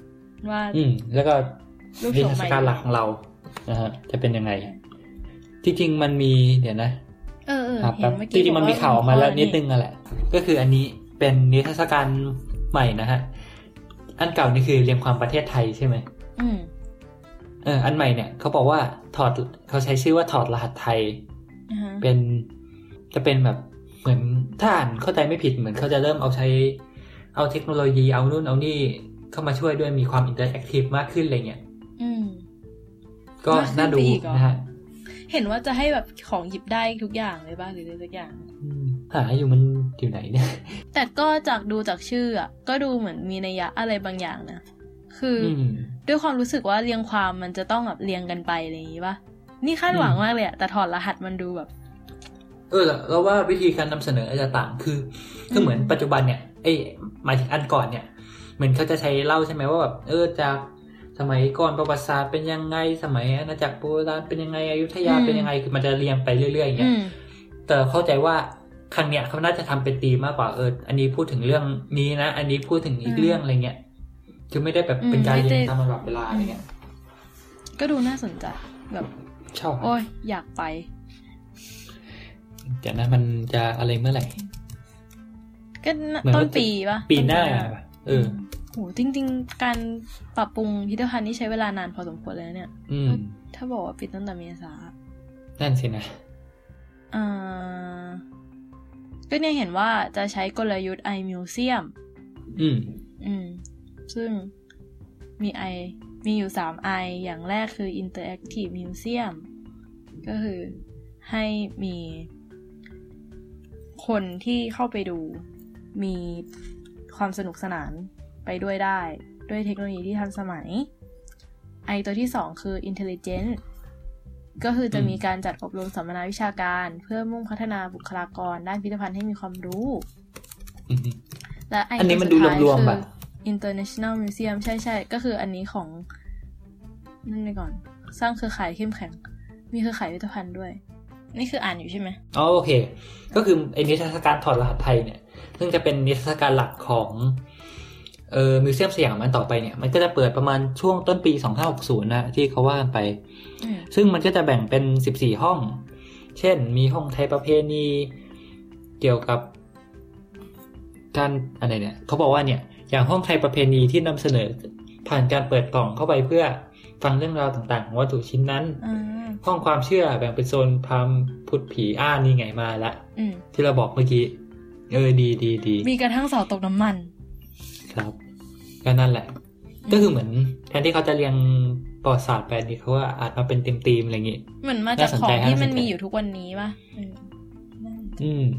ว่าอืมแล้วก็นิทรรศการหลักของเรานะฮะจะเป็นยังไงจริงๆมันมีเดี๋ยวนะเออๆเห็นเมื่อกี้จริงๆมันมีข่าวออกมาแล้วนิดนึงอ่ะแหละก็คืออันนี้เป็นนิทรรศการใหม่นะฮะอันเก่านี่คือเรียงความประเทศไทยใช่ไหมอืมเอออันใหม่เนี่ยเขาบอกว่าถอดเขาใช้ชื่อว่าถอดรหัสไทย uh-huh. เป็นจะเป็นแบบเหมือนถ้าอ่านเข้าใจไม่ผิดเหมือนเขาจะเริ่มเอาใช้เอาเทคโนโลยีเอานู่นเอานี่เข้ามาช่วยด้วยมีความอินเตอร์แอคทีฟมากขึ้นอะไรเงี้ยอืมก็น่าดูนะฮะเห็นว่าจะให้แบบของหยิบได้ทุกอย่างเลยบ้างหรืออะไรสักอย่างหาอยู่มันอยู่ไหนเนี่ยแต่ก็จากดูจากชื่ออ่ะก็ดูเหมือนมีนัยยะอะไรบางอย่างนะคือด้วยความรู้สึกว่าเรียงความมันจะต้องแบบเรียงกันไปอะไรอย่างงี้ป่ะนี่คาดหวังมากเลยอ่ะแต่ถอดรหัสมันดูแบบเออเราว่าวิธีการนำเสนออาจจะต่างคือคือเหมือนปัจจุบันเนี่ยเอ้ยหมายถึงอันก่อนเนี่ยเหมือนเขาจะใช้เล่าใช่ไหมว่าแบบเออจากสมัยก่อนประวัติศาสตร์เป็นยังไงสมัยอาณาจักรโบราณเป็นยังไงอยุธยาเป็นยังไงคือมันจะเรียงไปเรื่อยๆอย่างเงี้ยแต่เข้าใจว่าครั้งเนี้ยเขาน่าจะทำเป็นธีมมากกว่าเอออันนี้พูดถึงเรื่องนี้นะอันนี้พูดถึงอีกเรื่องอะไรเงี้ยคือไม่ได้แบบเป็นการเรียงตามลำดับเวลาอะไรเงี้ยก็ดูน่าสนใจแบบชอบโอ้ยอยากไปแต่นั้นมันจะอะไรเมื่อไหร่ก็ต้นปีป่ะปีหน้าเออโหจริงๆการปรับปรุงพิพิธภัณฑ์นี่ใช้เวลานานพอสมควรเลยเนี่ยถ้าบอกว่าปิดตั้งแต่เมษานั่นสินะอ่าก็เนี่ยเห็นว่าจะใช้กลยุทธ์ i Museum อืมอืมซึ่งมี i มีอยู่สาม i อย่างแรกคือ Interactive Museum ก็คือให้มีคนที่เข้าไปดูมีความสนุกสนานไปด้วยได้ด้วยเทคโนโลยีที่ทันสมัยไอตัวที่สองคือ Intelligent ก็คือจะมีการจัดอบรมสัมมนาวิชาการเพื่อมุ่งพัฒนาบุคลากรด้านพิพิธภัณฑ์ให้มีความรู้และไอตัวสุดท้ายคือ International Museum ใช่ๆก็คืออันนี้ของนั่นไปก่อนสร้างเครือข่ายเข้มแข็งมีเครือข่ายพิพิธภัณฑ์ด้วยนี่คืออ่านอยู่ใช่ไหมอ๋อโอเคก็คือไอ้นิทรรศการถอดรหัสไทยเนี่ยซึ่งจะเป็นนิทรรศการหลักของเอ่อมิวเซียมสยามมันต่อไปเนี่ยมันก็จะเปิดประมาณช่วงต้นปีสองพันห้าร้อยหกสิบนะที่เขาว่ากันไปซึ่งมันก็จะแบ่งเป็นสิบสี่ห้องเช่นมีห้องไทยประเพณีเกี่ยวกับการอะไรเนี่ยเขาบอกว่าเนี่ยอย่างห้องไทยประเพณีที่นำเสนอผ่านการเปิดกล่องเข้าไปเพื่อฟังเรื่องราวต่างๆของวัตถุชิ้นนั้นห้องความเชื่อแบ่งเป็นโซนพราหมณ์พุทธผีอ้านี่ไงมาละที่เราบอกเมื่อกี้เออดีดีดีมีกระทั่งเสาตกน้ำมันครับก็นั่นแหละก็คือเหมือนแทนที่เขาจะเรียงประวัติศาสตร์ไปนี่เขาว่าอาจมาเป็นธีมๆอะไรอย่างงี้เหมือนมาจากของที่มันมีอยู่ทุกวันนี้ป่ะอืม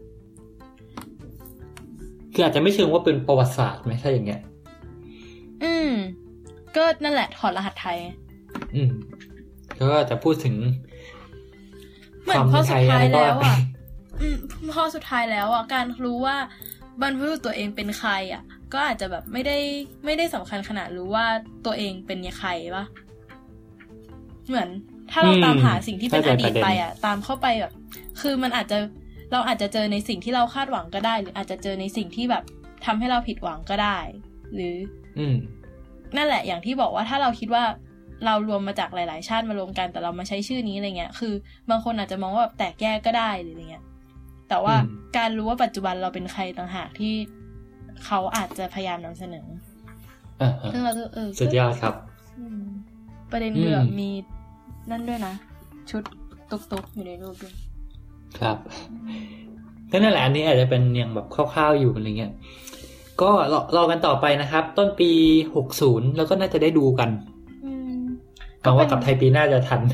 คืออาจจะไม่เชิงว่าเป็นประวัติศาสตร์ไหมถ้าอย่างเงี้ยอืมก็นั่นแหละถอดรหัสไทยอืมแล้วก็จะพูดถึงเหมือนข้อสุดท้ายแล้วอ่ะอืมข้อสุดท้ายแล้วอ่ะการรู้ว่าบรรพบุรุษตัวเองเป็นใครอ่ะก็อาจจะแบบไม่ได้ไม่ได้สำคัญขนาดรู้ว่าตัวเองเป็นใครป่ะเหมือนถ้าเราตามหาสิ่งที่เป็นอดีตไปอ่ะตามเข้าไปแบบคือมันอาจจะเราอาจจะเจอในสิ่งที่เราคาดหวังก็ได้หรืออาจจะเจอในสิ่งที่แบบทำให้เราผิดหวังก็ได้หรืออืมนั่นแหละอย่างที่บอกว่าถ้าเราคิดว่าเรารวมมาจากหลายๆชาติมารวมกันแต่เรามาใช้ชื่อนี้อะไรเงี้ยคือบางคนอาจจะมองว่าแบบแตกแยกก็ได้หรืออะไรเงี้ยแต่ว่าการรู้ว่าปัจจุบันเราเป็นใครต่างหากที่เขาอาจจะพยายามนำเสนอซึ่งเราเออสุดยอดครับประเด็นเรื่องมีนั่นด้วยนะชุดตุกๆอยู่ในรูปด้วยครับก็นั่นแหละอันนี้อาจจะเป็นอย่างแบบคร่าวๆอยู่อะไรเงี้ยก็รอรอกันต่อไปนะครับต้นปีหกสิบแล้วก็น่าจะได้ดูกันหวังว่ากับไทยปีหน้าจะทัน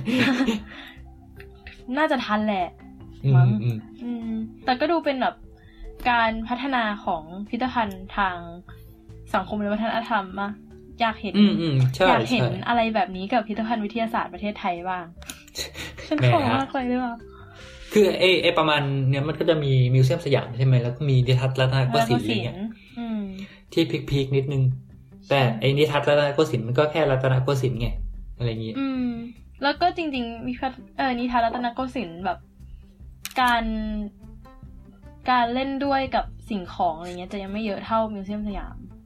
น่าจะทันแหละมั้งแต่ก็ดูเป็นแบบการพัฒนาของพิพิธภัณฑ์ทางสังคมและวัฒนธรรมมากอยากเห็นอยากเห็นอะไรแบบนี้กับพิพิธภัณฑ์วิทยาศาสตร์ประเทศไทยบ้างฉันขอมากเลยด้วยว่าคือไอ้ไอ้ประมาณเนี้ยมันก็จะมีมิวเซียมสยามใช่ไหมแล้วก็มีนิทรรศรัตนโกสินทร์อะไรเงี้ยที่พีคๆนิดนึงแต่ไอ้นิทรรศรัตนโกสินทร์มันก็แค่รัตนโกสินทร์ไงอะไรอย่างงี้อืมแล้วก็จริงๆมีเออนิทรรศรัตนโกสินทร์แบบการการเล่นด้วยกับสิ่งของอะไรเงี้ยจะยังไม่เยอะเท่ามิวเซียมสยาม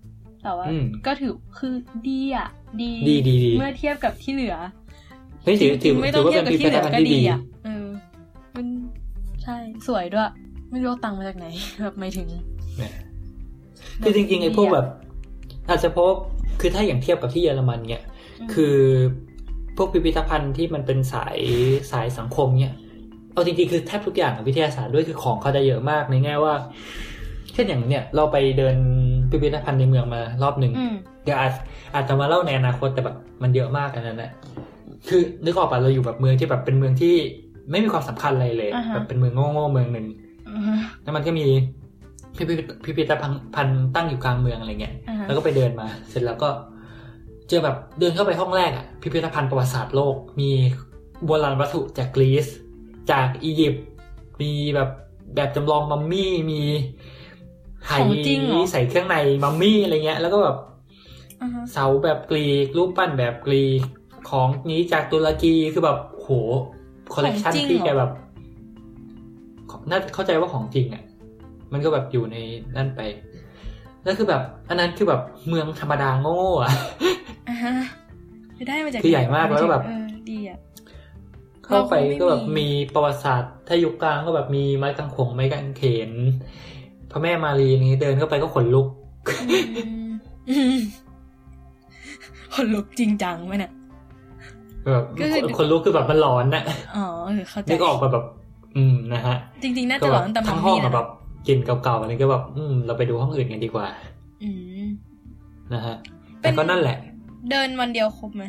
แต่ว่าก็ถือคือดีอ่ะดีเมื่อเทียบกับที่เหลือเฮ้ยถือถือไม่ต้องเทียบกับที่เหลือก็ดีอ่ะเออมันใช่สวยด้วยไม่รู้ตังค์มาจากไหนแบบไม่ถึงคือจริงๆไอ้พวกแบบอาจจะเพราะคือถ้าอย่างเทียบกับที่เยอรมันเนี่ยคือพวกพิพิธภัณฑ์ที่มันเป็นสายสายสังคมเนี่ยเอาจริงๆคือแทบทุกอย่างวิทยาศาสตร์ด้วยคือของเขาจะเยอะมากในแง่ว่าเช่นอย่างเนี่ยเราไปเดินพิพิธภัณฑ์ในเมืองมารอบหนึ่งเดี๋ยวอาจอาจจะมาเล่าในอนาคตแต่แบบมันเยอะมากอันนั้นแหละคือนึกออกป่ะเราอยู่แบบเมืองที่แบบเป็นเมืองที่ไม่มีความสำคัญอะไรเลย uh-huh. แบบเป็นเมืองโง่ๆเมืองหนึ่ง uh-huh. แล้วมันก็มีพิพิธภัณฑ์ตั้งอยู่กลางเมืองอะไรเงี้ย uh-huh. แล้วก็ไปเดินมาเสร็จแล้วก็เจอแบบเดินเข้าไปห้องแรกอ่ะพิพิธภัณฑ์ประวัติศาสตร์โลกมีโบราณวัตถุจากกรีซจากอียิปต์มีแบบแบบจำลองมัมมี่มีไหใส่เครื่องในมัมมี่อะไรเงี้ยแล้วก็แบบ uh-huh. เสาแบบกรีกรูปปั้นแบบกรีกของนี้จากตุรกีคือแบบโหคอลเลคชันที่แกแบบน่าเข้าใจว่าของจริงอ่ะมันก็แบบอยู่ในนั่นไปแล้วคือแบบอันนั้นคือแบบเมืองธรรมดาโง่ๆอ่ะอ่าฮะไม่ได้มาจากคือใหญ่มากแล้วแบบดีอ่ะเข้าไปก็แบบมีประวัติศาสตร์ถ้ายุคกลางก็แบบมีไม้กางขงไม้กางเขนพระแม่มารีนี้เดินเข้าไปก็ขนลุกขนลุกจริงจังไหมเนี่ยแบบคนรู้คือแบบมันร้อนนะอ๋อเข้าใจนี่ก็ออกมาแบบอืมนะฮะจริงๆน่าจะร้อนแต่ทั้งห้องแบบกลิ่นเก่าๆอะไรก็แบบอืมเราไปดูห้องอื่นกันดีกว่าอืมนะฮะแต่ก็นั่นแหละเดินวันเดียวครบไหม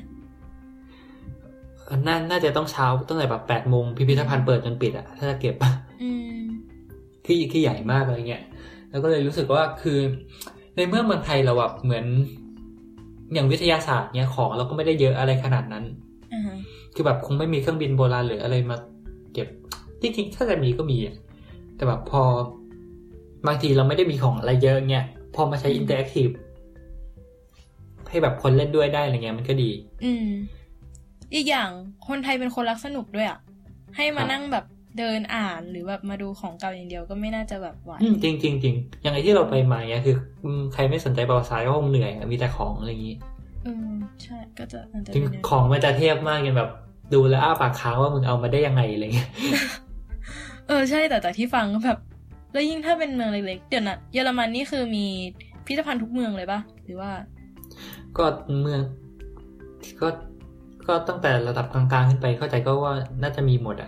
น่าน่าจะต้องเช้าตั้งแต่แบบแปดโมงพิพิธภัณฑ์เปิดจนปิดอะถ้าจะเก็บอืมคือคือใหญ่มากอะไรเงี้ยแล้วก็เลยรู้สึกว่าคือในเมื่อเมืองไทยเราแบบเหมือนอย่างวิทยาศาสตร์เนี้ยของเราก็ไม่ได้เยอะอะไรขนาดนั้น Uh-huh. คือแบบคงไม่มีเครื่องบินโบราณหรืออะไรมาเก็บจริงๆถ้าจะมีก็มีแต่แบบพอบางทีเราไม่ได้มีของอะไรเยอะเงี้ยพอมาใช้อินเตอร์แอคทีฟให้แบบคนเล่นด้วยได้อะไรเงี้ยมันก็ดีอืมอีกอย่างคนไทยเป็นคนรักสนุกด้วยอ่ะให้มานั่งแบบเดินอ่านหรือแบบมาดูของเก่าอย่างเดียวก็ไม่น่าจะแบบไหวจริงจริงจริงอย่างไอที่เราไปมาเนี้ยคือใครไม่สนใจประวัติศาสตร์ก็คงเหนื่อยมีแต่ของอะไรอย่างงี้อืมใช่ก็จะมันจะถึงของมันจะเทียบมากกันแบบดูแล้วอ้าปากค้างว่ามึงเอามาได้ยังไงอะไรเงี้ยเออใช่แต่จากที่ฟังก็แบบแล้วยิ่งถ้าเป็นเมืองเล็กๆเดี๋ยวนะเยอรมันนี่คือมีพิพิธภัณฑ์ทุกเมืองเลยป่ะหรือว่าก็เมืองก็ก็ตั้งแต่ระดับกลางๆขึ้นไปเข้าใจก็ว่าน่าจะมีหมดอ่ะ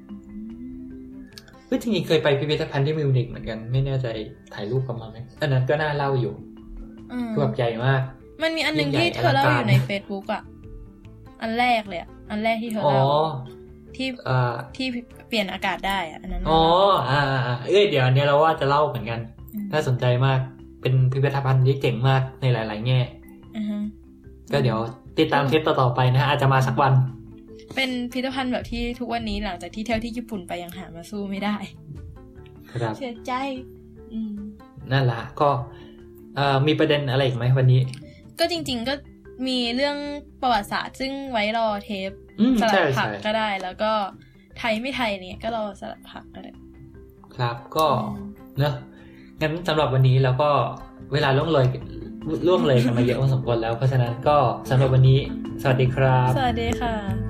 เฮ้ยจริงๆเคยไปพิพิธภัณฑ์ที่มิวนิกเหมือนกันไม่แน่ใจถ่ายรูปกันมาไหมอันนั้นก็น่าเล่าอยู่คือแบบใหญ่มากมันมีอันนึงที่เธอเล่าอยู่ใน Facebook อ่ะอันแรกเลยอ่ะอันแรกที่เธอเล่าที่ที่เปลี่ยนอากาศได้อ่ะอันนั้นอ๋ออ่าเอ้ยเดี๋ยวอันนี้เราว่าจะเล่าเหมือนกันน่าสนใจมากเป็นพิพิธภัณฑ์ที่เจ๋งมากในหลายๆแง่ก็เดี๋ยวติดตามเทปต่อๆไปนะอาจจะมาสักวันเป็นพิพิธภัณฑ์แบบที่ทุกวันนี้หลังจากที่เที่ยวที่ญี่ปุ่นไปยังหามาสู้ไม่ได้ครับเสียใจอืมนั่นแหละก็มีประเด็นอะไรอีกไหมวันนี้ก็จริงๆก็มีเรื่องประวัติศาสตร์ซึ่งไว้รอเทปสลัดผักก็ได้แล้วก็ไทยไม่ไทยเนี่ยก็รอสลัดผักก็ได้ครับก็เนอะงั้นสำหรับวันนี้แล้วก็เวลาล่วงเลยล่วงเลยกันมาเยอะพอสมควรแล้วเพราะฉะนั้นก็สำหรับวันนี้สวัสดีครับสวัสดีค่ะ